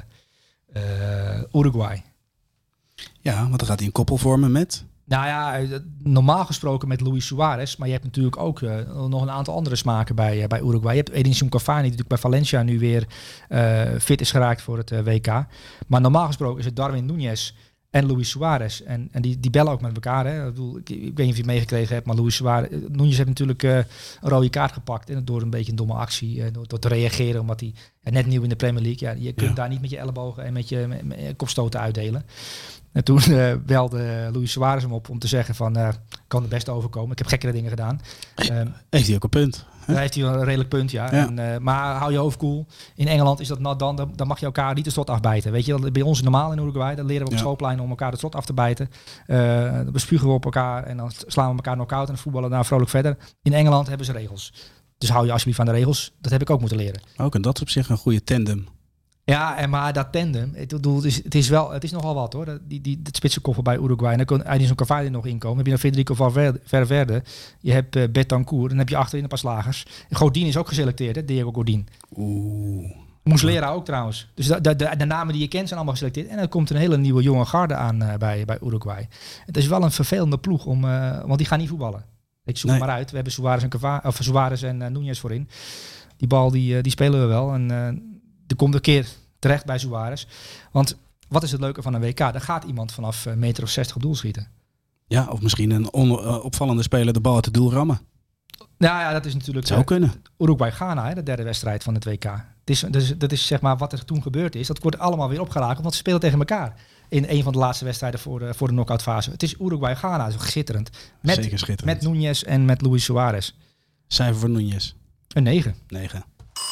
Uruguay. Ja, want dan gaat hij een koppel vormen met... Nou ja, normaal gesproken met Luis Suarez. Maar je hebt natuurlijk ook nog een aantal andere smaken bij Uruguay. Je hebt Edinson Cavani, die natuurlijk bij Valencia nu weer fit is geraakt voor het WK. Maar normaal gesproken is het Darwin Núñez en Luis Suarez. En die bellen ook met elkaar. Hè. Ik weet niet of je het meegekregen hebt, maar Núñez heeft natuurlijk een rode kaart gepakt. En door een beetje een domme actie, door te reageren. Omdat hij net nieuw in de Premier League. Ja, je kunt daar niet met je ellebogen en met je kopstoten uitdelen. En toen belde Luis Suarez hem op om te zeggen van, kan het best overkomen. Ik heb gekkere dingen gedaan. Heeft hij ook een punt? Daar heeft hij wel een redelijk punt, ja. En, maar hou je hoofd koel. In Engeland is dat dan mag je elkaar niet de strot afbijten. Weet je, bij ons is normaal in Uruguay. Dan leren we op schoolplein om elkaar de strot af te bijten. Dan bespugen we op elkaar en dan slaan we elkaar knock-out en voetballen daar vrolijk verder. In Engeland hebben ze regels. Dus hou je alsjeblieft aan de regels. Dat heb ik ook moeten leren. Ook en dat is op zich een goede tandem. Ja, maar dat tandem, het is nogal wat hoor. Dat spitsenkoffel bij Uruguay. En dan kon Edinson Cavani nog inkomen. Dan heb je nog Federico Valverde. Je hebt Betancourt. Dan heb je achterin een paar slagers. En Godin is ook geselecteerd, hè? Diego Godin. Muslera ook trouwens. Dus de namen die je kent zijn allemaal geselecteerd. En er komt een hele nieuwe jonge garde aan bij Uruguay. Het is wel een vervelende ploeg, want die gaan niet voetballen. Ik zoek maar uit. We hebben Suarez en Núñez voorin. Die bal die spelen we wel. En er komt een keer terecht bij Suarez. Want wat is het leuke van een WK? Daar gaat iemand vanaf meter of 60 op doel schieten. Ja, of misschien een opvallende speler de bal uit het doel rammen. Nou ja, dat is natuurlijk... Zou kunnen. Uruguay-Ghana, de derde wedstrijd van het WK. Dat is zeg maar wat er toen gebeurd is. Dat wordt allemaal weer opgeraakt, want ze spelen tegen elkaar. In een van de laatste wedstrijden voor de knock-out fase. Het is Uruguay-Ghana, zo schitterend. Zeker schitterend. Met Núñez en met Luis Suarez. Cijfer voor Núñez. Een 9. 9.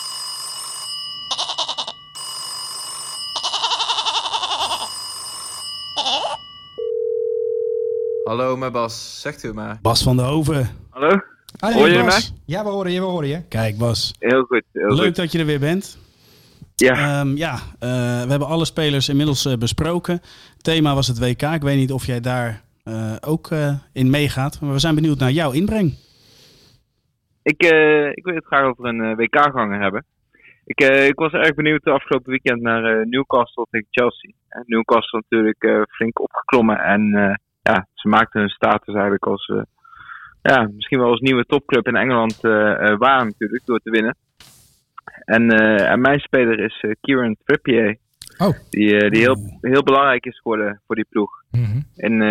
Hallo, mijn Bas. Zegt u maar. Bas van der Hoven. Hallo? Ah, Hoor je Bas. mij? Ja, we horen je. Kijk Bas, Heel goed. Heel leuk goed. dat je er weer bent. Ja, We hebben alle spelers inmiddels besproken. Thema was het WK. Ik weet niet of jij daar ook in meegaat. Maar we zijn benieuwd naar jouw inbreng. ik wil het graag over een WK-ganger hebben. Ik was erg benieuwd de afgelopen weekend naar Newcastle tegen Chelsea. Newcastle natuurlijk flink opgeklommen. En ze maakten hun status eigenlijk als... misschien wel als nieuwe topclub in Engeland waar natuurlijk, door te winnen. En mijn speler is Kieran Trippier. Oh. Die heel belangrijk is geworden voor die ploeg. Mhm.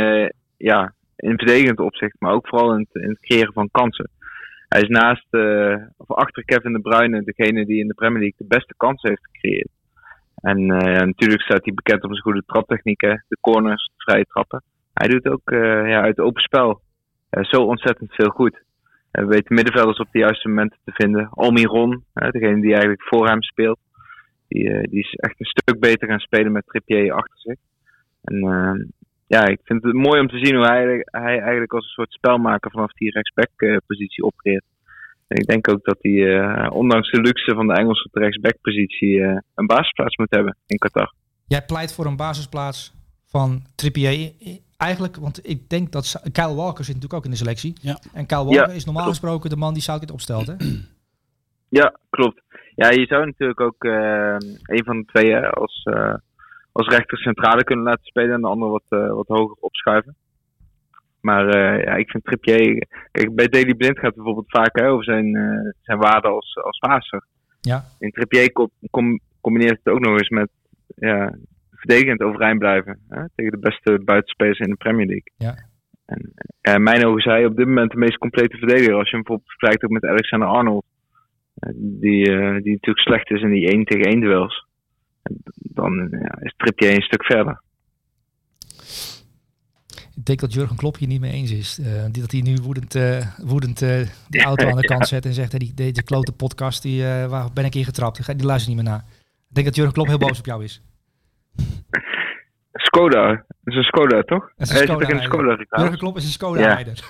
In verdedigend opzicht, maar ook vooral in het creëren van kansen. Hij is achter Kevin De Bruyne degene die in de Premier League de beste kansen heeft gecreëerd. En natuurlijk staat hij bekend om zijn goede traptechnieken, de corners, de vrije trappen. Hij doet ook uit open spel zo ontzettend veel goed. We weten middenvelders op de juiste momenten te vinden. Almiron, degene die eigenlijk voor hem speelt. Die is echt een stuk beter gaan spelen met Trippier achter zich. En ik vind het mooi om te zien hoe hij eigenlijk als een soort spelmaker vanaf die rechtsback-positie optreedt. En ik denk ook dat hij, ondanks de luxe van de Engelse rechtsback-positie, een basisplaats moet hebben in Qatar. Jij pleit voor een basisplaats van Trippier. Eigenlijk, want ik denk dat Kyle Walker zit natuurlijk ook in de selectie. Ja. En Kyle Walker is normaal klopt. gesproken de man die Southgate opstelt, hè? Ja, klopt. Ja, je zou natuurlijk ook een van de twee als rechter centrale kunnen laten spelen en de andere wat hoger opschuiven. Maar ik vind Trippier... Kijk, bij Daley Blind gaat het bijvoorbeeld vaak over zijn waarde als passer. Ja. En Trippier combineert het ook nog eens met verdedigend overeind blijven. Tegen de beste buitenspelers in de Premier League. Ja. En in mijn ogen is hij op dit moment de meest complete verdediger. Als je hem bijvoorbeeld vergelijkt ook met Alexander-Arnold. Die natuurlijk slecht is in die 1-tegen-1 duels. Dan is Trippier een stuk verder. Ik denk dat Jurgen Klopp hier niet mee eens is. Dat hij nu woedend de auto aan de kant zet en zegt... Deze klote podcast, waar ben ik in getrapt? Die luistert niet meer naar. Ik denk dat Jurgen Klopp heel boos op jou is. Skoda. Dat is een Skoda, toch? Dat is een Hij zit Skoda ook in een Skoda reclame. Jurgen Klopp is een Skoda-rijder.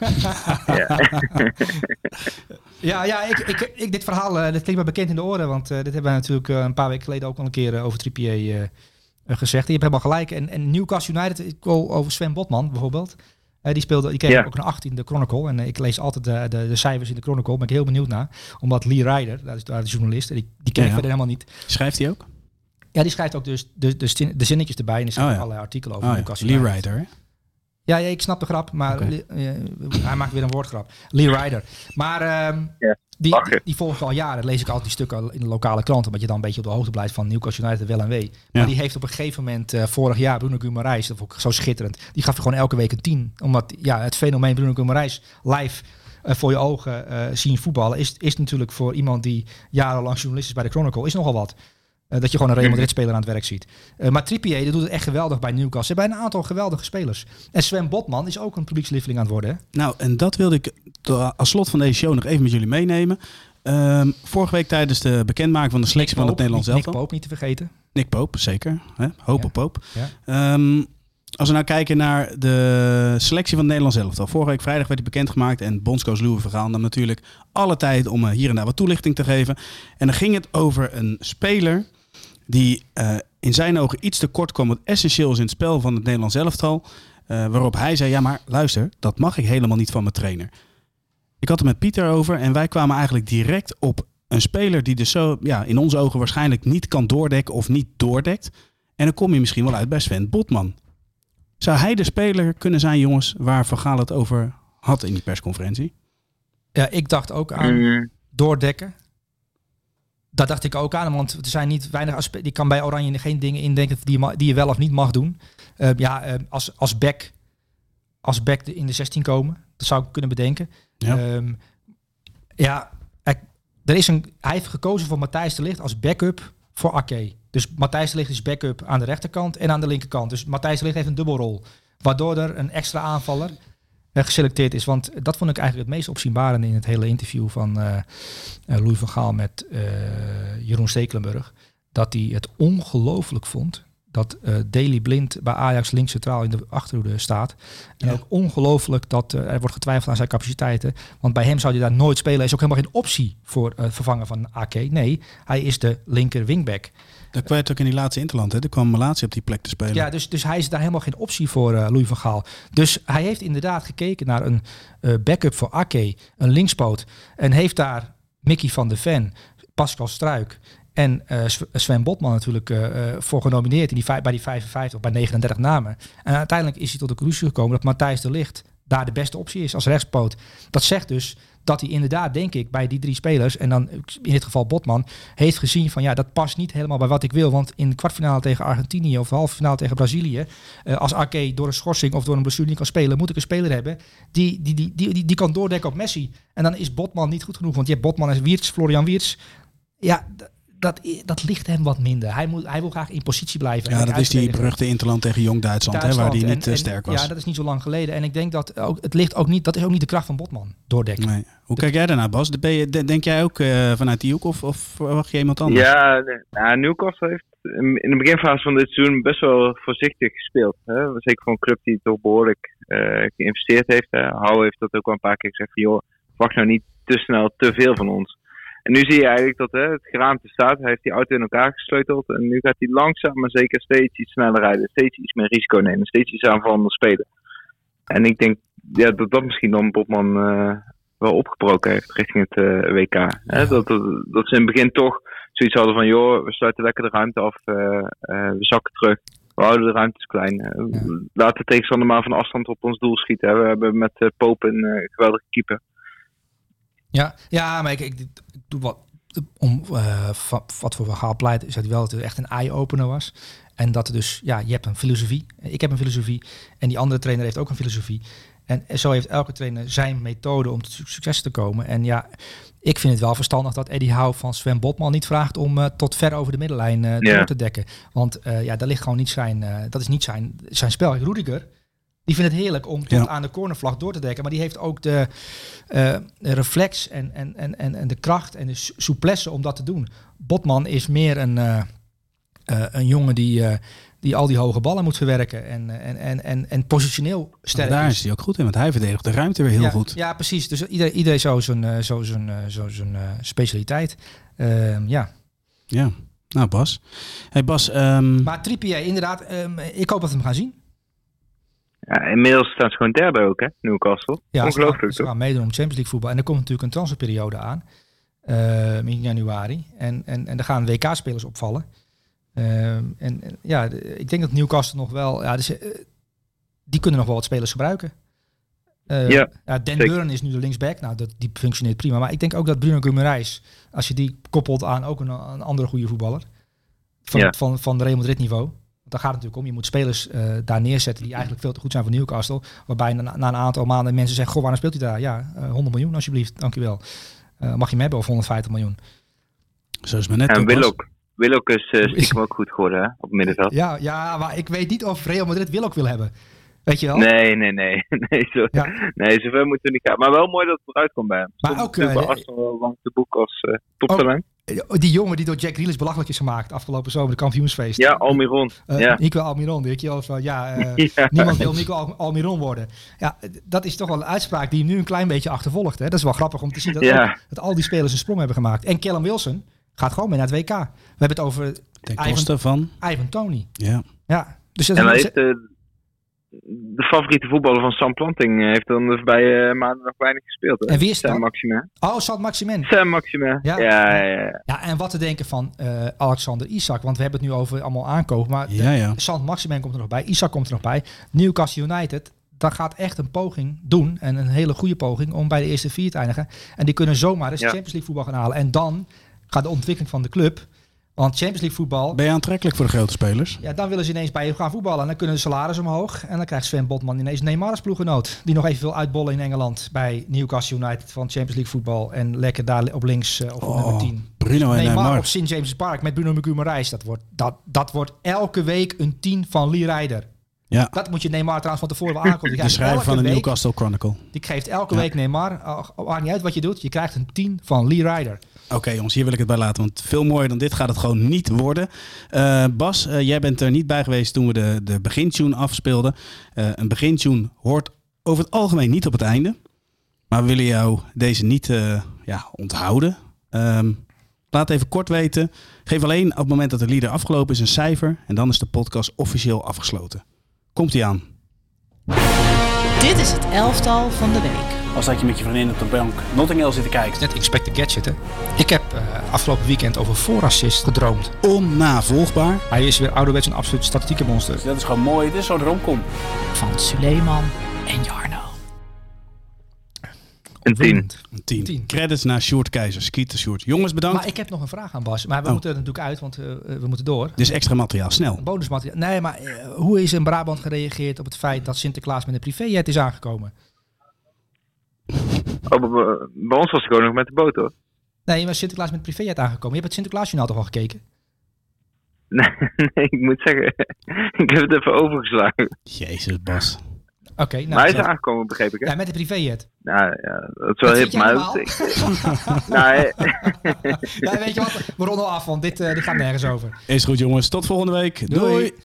Ja, ik dit verhaal, dit klinkt me bekend in de oren. Want dit hebben we natuurlijk een paar weken geleden ook al een keer over Trippier gezegd. Je hebt helemaal gelijk. En Newcastle United, ik wil over Sven Botman bijvoorbeeld. Die kreeg ook een 8 in de Chronicle. En ik lees altijd de cijfers in de Chronicle. Ben ik heel benieuwd naar. Omdat Lee Ryder, dat is de journalist, die ken ik verder helemaal niet. Schrijft hij ook? Ja, die schrijft ook dus de zinnetjes erbij. En er staan allerlei artikelen over Newcastle Lee United. Ryder, hè? Ja, ik snap de grap, maar hij maakt weer een woordgrap. Lee Ryder. Maar die volg ik al jaren. Lees ik altijd die stukken in de lokale krant, omdat je dan een beetje op de hoogte blijft van Newcastle United wel en wee. Maar die heeft op een gegeven moment vorig jaar Bruno Guimaraes, dat vond ik zo schitterend. Die gaf gewoon elke week een 10. Omdat het fenomeen Bruno Guimaraes live voor je ogen zien voetballen is natuurlijk voor iemand die jarenlang journalist is bij de Chronicle, is nogal wat. Dat je gewoon een Real Madrid-speler aan het werk ziet. Maar Trippier doet het echt geweldig bij Newcastle. Ze hebben een aantal geweldige spelers. En Sven Botman is ook een publiekslieveling aan het worden. Hè? Nou, en dat wilde ik als slot van deze show nog even met jullie meenemen. Vorige week tijdens de bekendmaking van de selectie van het Nederlands elftal. Nick Pope niet te vergeten. Nick Pope, zeker. Hè? Hoop op Pope. Ja. Als we nou kijken naar de selectie van het Nederlands elftal. Vorige week vrijdag werd die bekendgemaakt. En bondscoach Louis van Gaal nam natuurlijk alle tijd om hier en daar wat toelichting te geven. En dan ging het over een speler die in zijn ogen iets te kort kwam wat essentieel is in het spel van het Nederlands elftal. Waarop hij zei, ja maar luister, dat mag ik helemaal niet van mijn trainer. Ik had het met Pieter over en wij kwamen eigenlijk direct op een speler die dus zo in onze ogen waarschijnlijk niet kan doordekken of niet doordekt. En dan kom je misschien wel uit bij Sven Botman. Zou hij de speler kunnen zijn, jongens, waar Van Gaal het over had in die persconferentie? Ja, ik dacht ook aan doordekken. Dat dacht ik ook aan, want er zijn niet weinig aspecten. Die kan bij Oranje geen dingen indenken die je wel of niet mag doen. Als back, als back in de 16 komen. Dat zou ik kunnen bedenken. Ja. Hij heeft gekozen voor Matthijs de Ligt als backup voor Ake. Dus Matthijs de Ligt is backup aan de rechterkant en aan de linkerkant. Dus Matthijs de Ligt heeft een dubbelrol. Waardoor er een extra aanvaller geselecteerd is. Want dat vond ik eigenlijk het meest opzienbarende in het hele interview van Louis van Gaal met Jeroen Stekelenburg. Dat hij het ongelooflijk vond dat Daley Blind bij Ajax links centraal in de achterhoede staat. En ook ongelooflijk dat er wordt getwijfeld aan zijn capaciteiten. Want bij hem zou hij daar nooit spelen. Hij is ook helemaal geen optie voor het vervangen van Ake. Nee, hij is de linker wingback. Dat kwijt ook in die laatste interland. Hè? Er kwam Malatie op die plek te spelen. Ja, dus hij is daar helemaal geen optie voor Louis van Gaal. Dus hij heeft inderdaad gekeken naar een backup voor Ake, een linkspoot. En heeft daar Mickey van de Ven, Pascal Struijk en Sven Botman natuurlijk voor genomineerd bij die 55, bij 39 namen. En uiteindelijk is hij tot de conclusie gekomen dat Matthijs de Ligt daar de beste optie is als rechtspoot. Dat zegt dus dat hij inderdaad, denk ik, bij die 3 spelers, en dan in dit geval Botman, heeft gezien van dat past niet helemaal bij wat ik wil. Want in de kwartfinale tegen Argentinië of de halve finale tegen Brazilië, als Ake door een schorsing of door een blessure niet kan spelen, moet ik een speler hebben die kan doordekken op Messi. En dan is Botman niet goed genoeg, want je hebt Botman en Florian Wirtz. Ja, dat ligt hem wat minder. Hij wil graag in positie blijven. Ja, dat is die beruchte interland tegen Jong Duitsland, hè, waar hij niet sterk was. Ja, dat is niet zo lang geleden. En ik denk dat het ligt ook niet. Dat is ook niet de kracht van Botman, doordekken. Nee. Hoe kijk jij daarnaar, Bas? Denk jij ook vanuit die hoek of verwacht je iemand anders? Ja, Newcastle heeft in de beginfase van dit seizoen best wel voorzichtig gespeeld. Hè? Zeker voor een club die toch behoorlijk geïnvesteerd heeft. Hou heeft dat ook al een paar keer gezegd van, joh, wacht nou niet te snel te veel van ons. En nu zie je eigenlijk dat het geraamte staat. Hij heeft die auto in elkaar gesleuteld. En nu gaat hij langzaam maar zeker steeds iets sneller rijden. Steeds iets meer risico nemen. Steeds iets aanvallender spelen. En ik denk dat misschien dan Botman wel opgebroken heeft richting het WK. Hè? Dat ze in het begin toch zoiets hadden van, joh, we sluiten lekker de ruimte af. We zakken terug. We houden de ruimtes klein. Laat de tegenstander maar van afstand op ons doel schieten. Hè? We hebben met Pope een geweldige keeper. Ja, maar ik doe wat om wat voor verhaal pleit, is dat wel dat het echt een eye-opener was. En dat er dus, je hebt een filosofie. Ik heb een filosofie. En die andere trainer heeft ook een filosofie. En zo heeft elke trainer zijn methode om tot succes te komen. En ik vind het wel verstandig dat Eddie Howe van Sven Botman niet vraagt om tot ver over de middenlijn door te dekken. Want daar ligt gewoon niet dat is niet zijn spel. Rudiger, die vindt het heerlijk om tot aan de cornervlag door te dekken. Maar die heeft ook de reflex en de kracht en de souplesse om dat te doen. Botman is meer een jongen die al die hoge ballen moet verwerken. En positioneel sterk. Daar is hij ook goed in, want hij verdedigt de ruimte weer heel goed. Ja, precies. Dus iedereen zo zijn specialiteit. Ja, nou Bas. Hey Bas. Maar Trippier, inderdaad. Ik hoop dat we hem gaan zien. Ja, inmiddels staan ze gewoon derde ook, hè, Newcastle. Ja, ongelooflijk. Ze gaan meedoen om Champions League voetbal. En er komt natuurlijk een transferperiode aan. In januari. En er gaan WK-spelers opvallen. Ik denk dat Newcastle nog wel... die kunnen nog wel wat spelers gebruiken. Dan Burn is nu de linksback. Nou, die functioneert prima. Maar ik denk ook dat Bruno Guimaraes, als je die koppelt aan ook een andere goede voetballer. Van Real Madrid niveau. Daar gaat het natuurlijk om. Je moet spelers daar neerzetten die eigenlijk veel te goed zijn voor Newcastle. Waarbij na een aantal maanden mensen zeggen, goh, waarom speelt hij daar? Ja, 100 miljoen alsjeblieft, dankjewel. Mag je hem hebben of 150 miljoen? Zo is maar net. En Willock is stiekem ook goed geworden, hè, op het middenveld. Ja, maar ik weet niet of Real Madrid Willock wil hebben. Weet je wel? Nee. Zover moeten we niet gaan. Maar wel mooi dat het eruit komt bij hem. Maar ook bij Arsenal wel lang te boek als toptalent. Die jongen die door Jack Grealish belachelijk is gemaakt afgelopen zomer, de kampioensfeest. Ja, Almiron. Nico Almiron, weet je wel. Van, niemand wil Nico Almiron worden. Ja, dat is toch wel een uitspraak die hem nu een klein beetje achtervolgt. Hè? Dat is wel grappig om te zien dat al die spelers een sprong hebben gemaakt. En Callum Wilson gaat gewoon mee naar het WK. We hebben het over Ivan Toney. Ja. Dus dat heeft de favoriete voetballer van Sam Planting heeft dan de voorbije maanden nog weinig gespeeld. Hè? En wie is dat? Sam Maximin. Oh, Sam Maximin. Sam Maximin. Ja, en wat te denken van Alexander Isak, want we hebben het nu over allemaal aankopen, maar Sam Maximin komt er nog bij, Isak komt er nog bij, Newcastle United, dat gaat echt een poging doen, en een hele goede poging, om bij de eerste 4 te eindigen. En die kunnen zomaar eens Champions League voetbal gaan halen. En dan gaat de ontwikkeling van de club, Want Champions League voetbal, Ben je aantrekkelijk voor de grote spelers? ja, dan willen ze ineens bij je gaan voetballen. En dan kunnen de salaris omhoog. En dan krijgt Sven Botman ineens Neymar als ploeggenoot. Die nog even wil uitbollen in Engeland bij Newcastle United van Champions League voetbal. En lekker daar op links of op nummer 10. Bruno en Neymar Neymar. op St. James' Park met Bruno Marais. Dat wordt elke week een 10 van Lee Ryder. Ja, Dat moet je Neymar trouwens van tevoren wel aankondigen. de schrijver van de week, Newcastle Chronicle. die geeft elke week Neymar, maakt niet uit wat je doet, je krijgt een 10 van Lee Ryder. Oké, jongens, hier wil ik het bij laten. Want veel mooier dan dit gaat het gewoon niet worden. Bas, jij bent er niet bij geweest toen we de begintune afspeelden. Een begintune hoort over het algemeen niet op het einde. Maar we willen jou deze niet onthouden. Laat even kort weten. Geef alleen op het moment dat de lieder afgelopen is een cijfer. En dan is de podcast officieel afgesloten. Komt-ie aan. Dit is het elftal van de week. Als dat je met je vriendin op de bank Notting Hill zit te kijken. Net Inspect the Gadget, hè. Ik heb afgelopen weekend over voorassist gedroomd. Onnavolgbaar. Hij is weer ouderwets een absoluut statistieke monster. Dat is gewoon mooi. Dit is zo'n romcom. Van Suleiman en Jarno. Een 10. Een 10. 10. Credits naar Sjoerd Keizer. Skeeter Sjoerd. Jongens, bedankt. Maar ik heb nog een vraag aan Bas. Maar we Oh. moeten er natuurlijk uit, want we moeten door. Dit is extra materiaal. Snel. Bonusmateriaal. Nee, maar hoe is in Brabant gereageerd op het feit dat Sinterklaas met een privéjet is aangekomen? Bij ons was hij gewoon nog met de boot, hoor. Nee, maar Sinterklaas met een privéjet aangekomen. Je hebt het Sinterklaasjournaal toch al gekeken? Nee, ik moet zeggen, ik heb het even overgeslagen. Jezus, Bas. Oké, nou. Maar hij is aangekomen, begreep ik, hè? Ja, met de privéjet. Nou ja, dat is wel Dat hip, vind jij maar... normaal? Nou, Ja, weet je wat? We ronden af, want dit gaat nergens over. Is goed, jongens. Tot volgende week. Doei.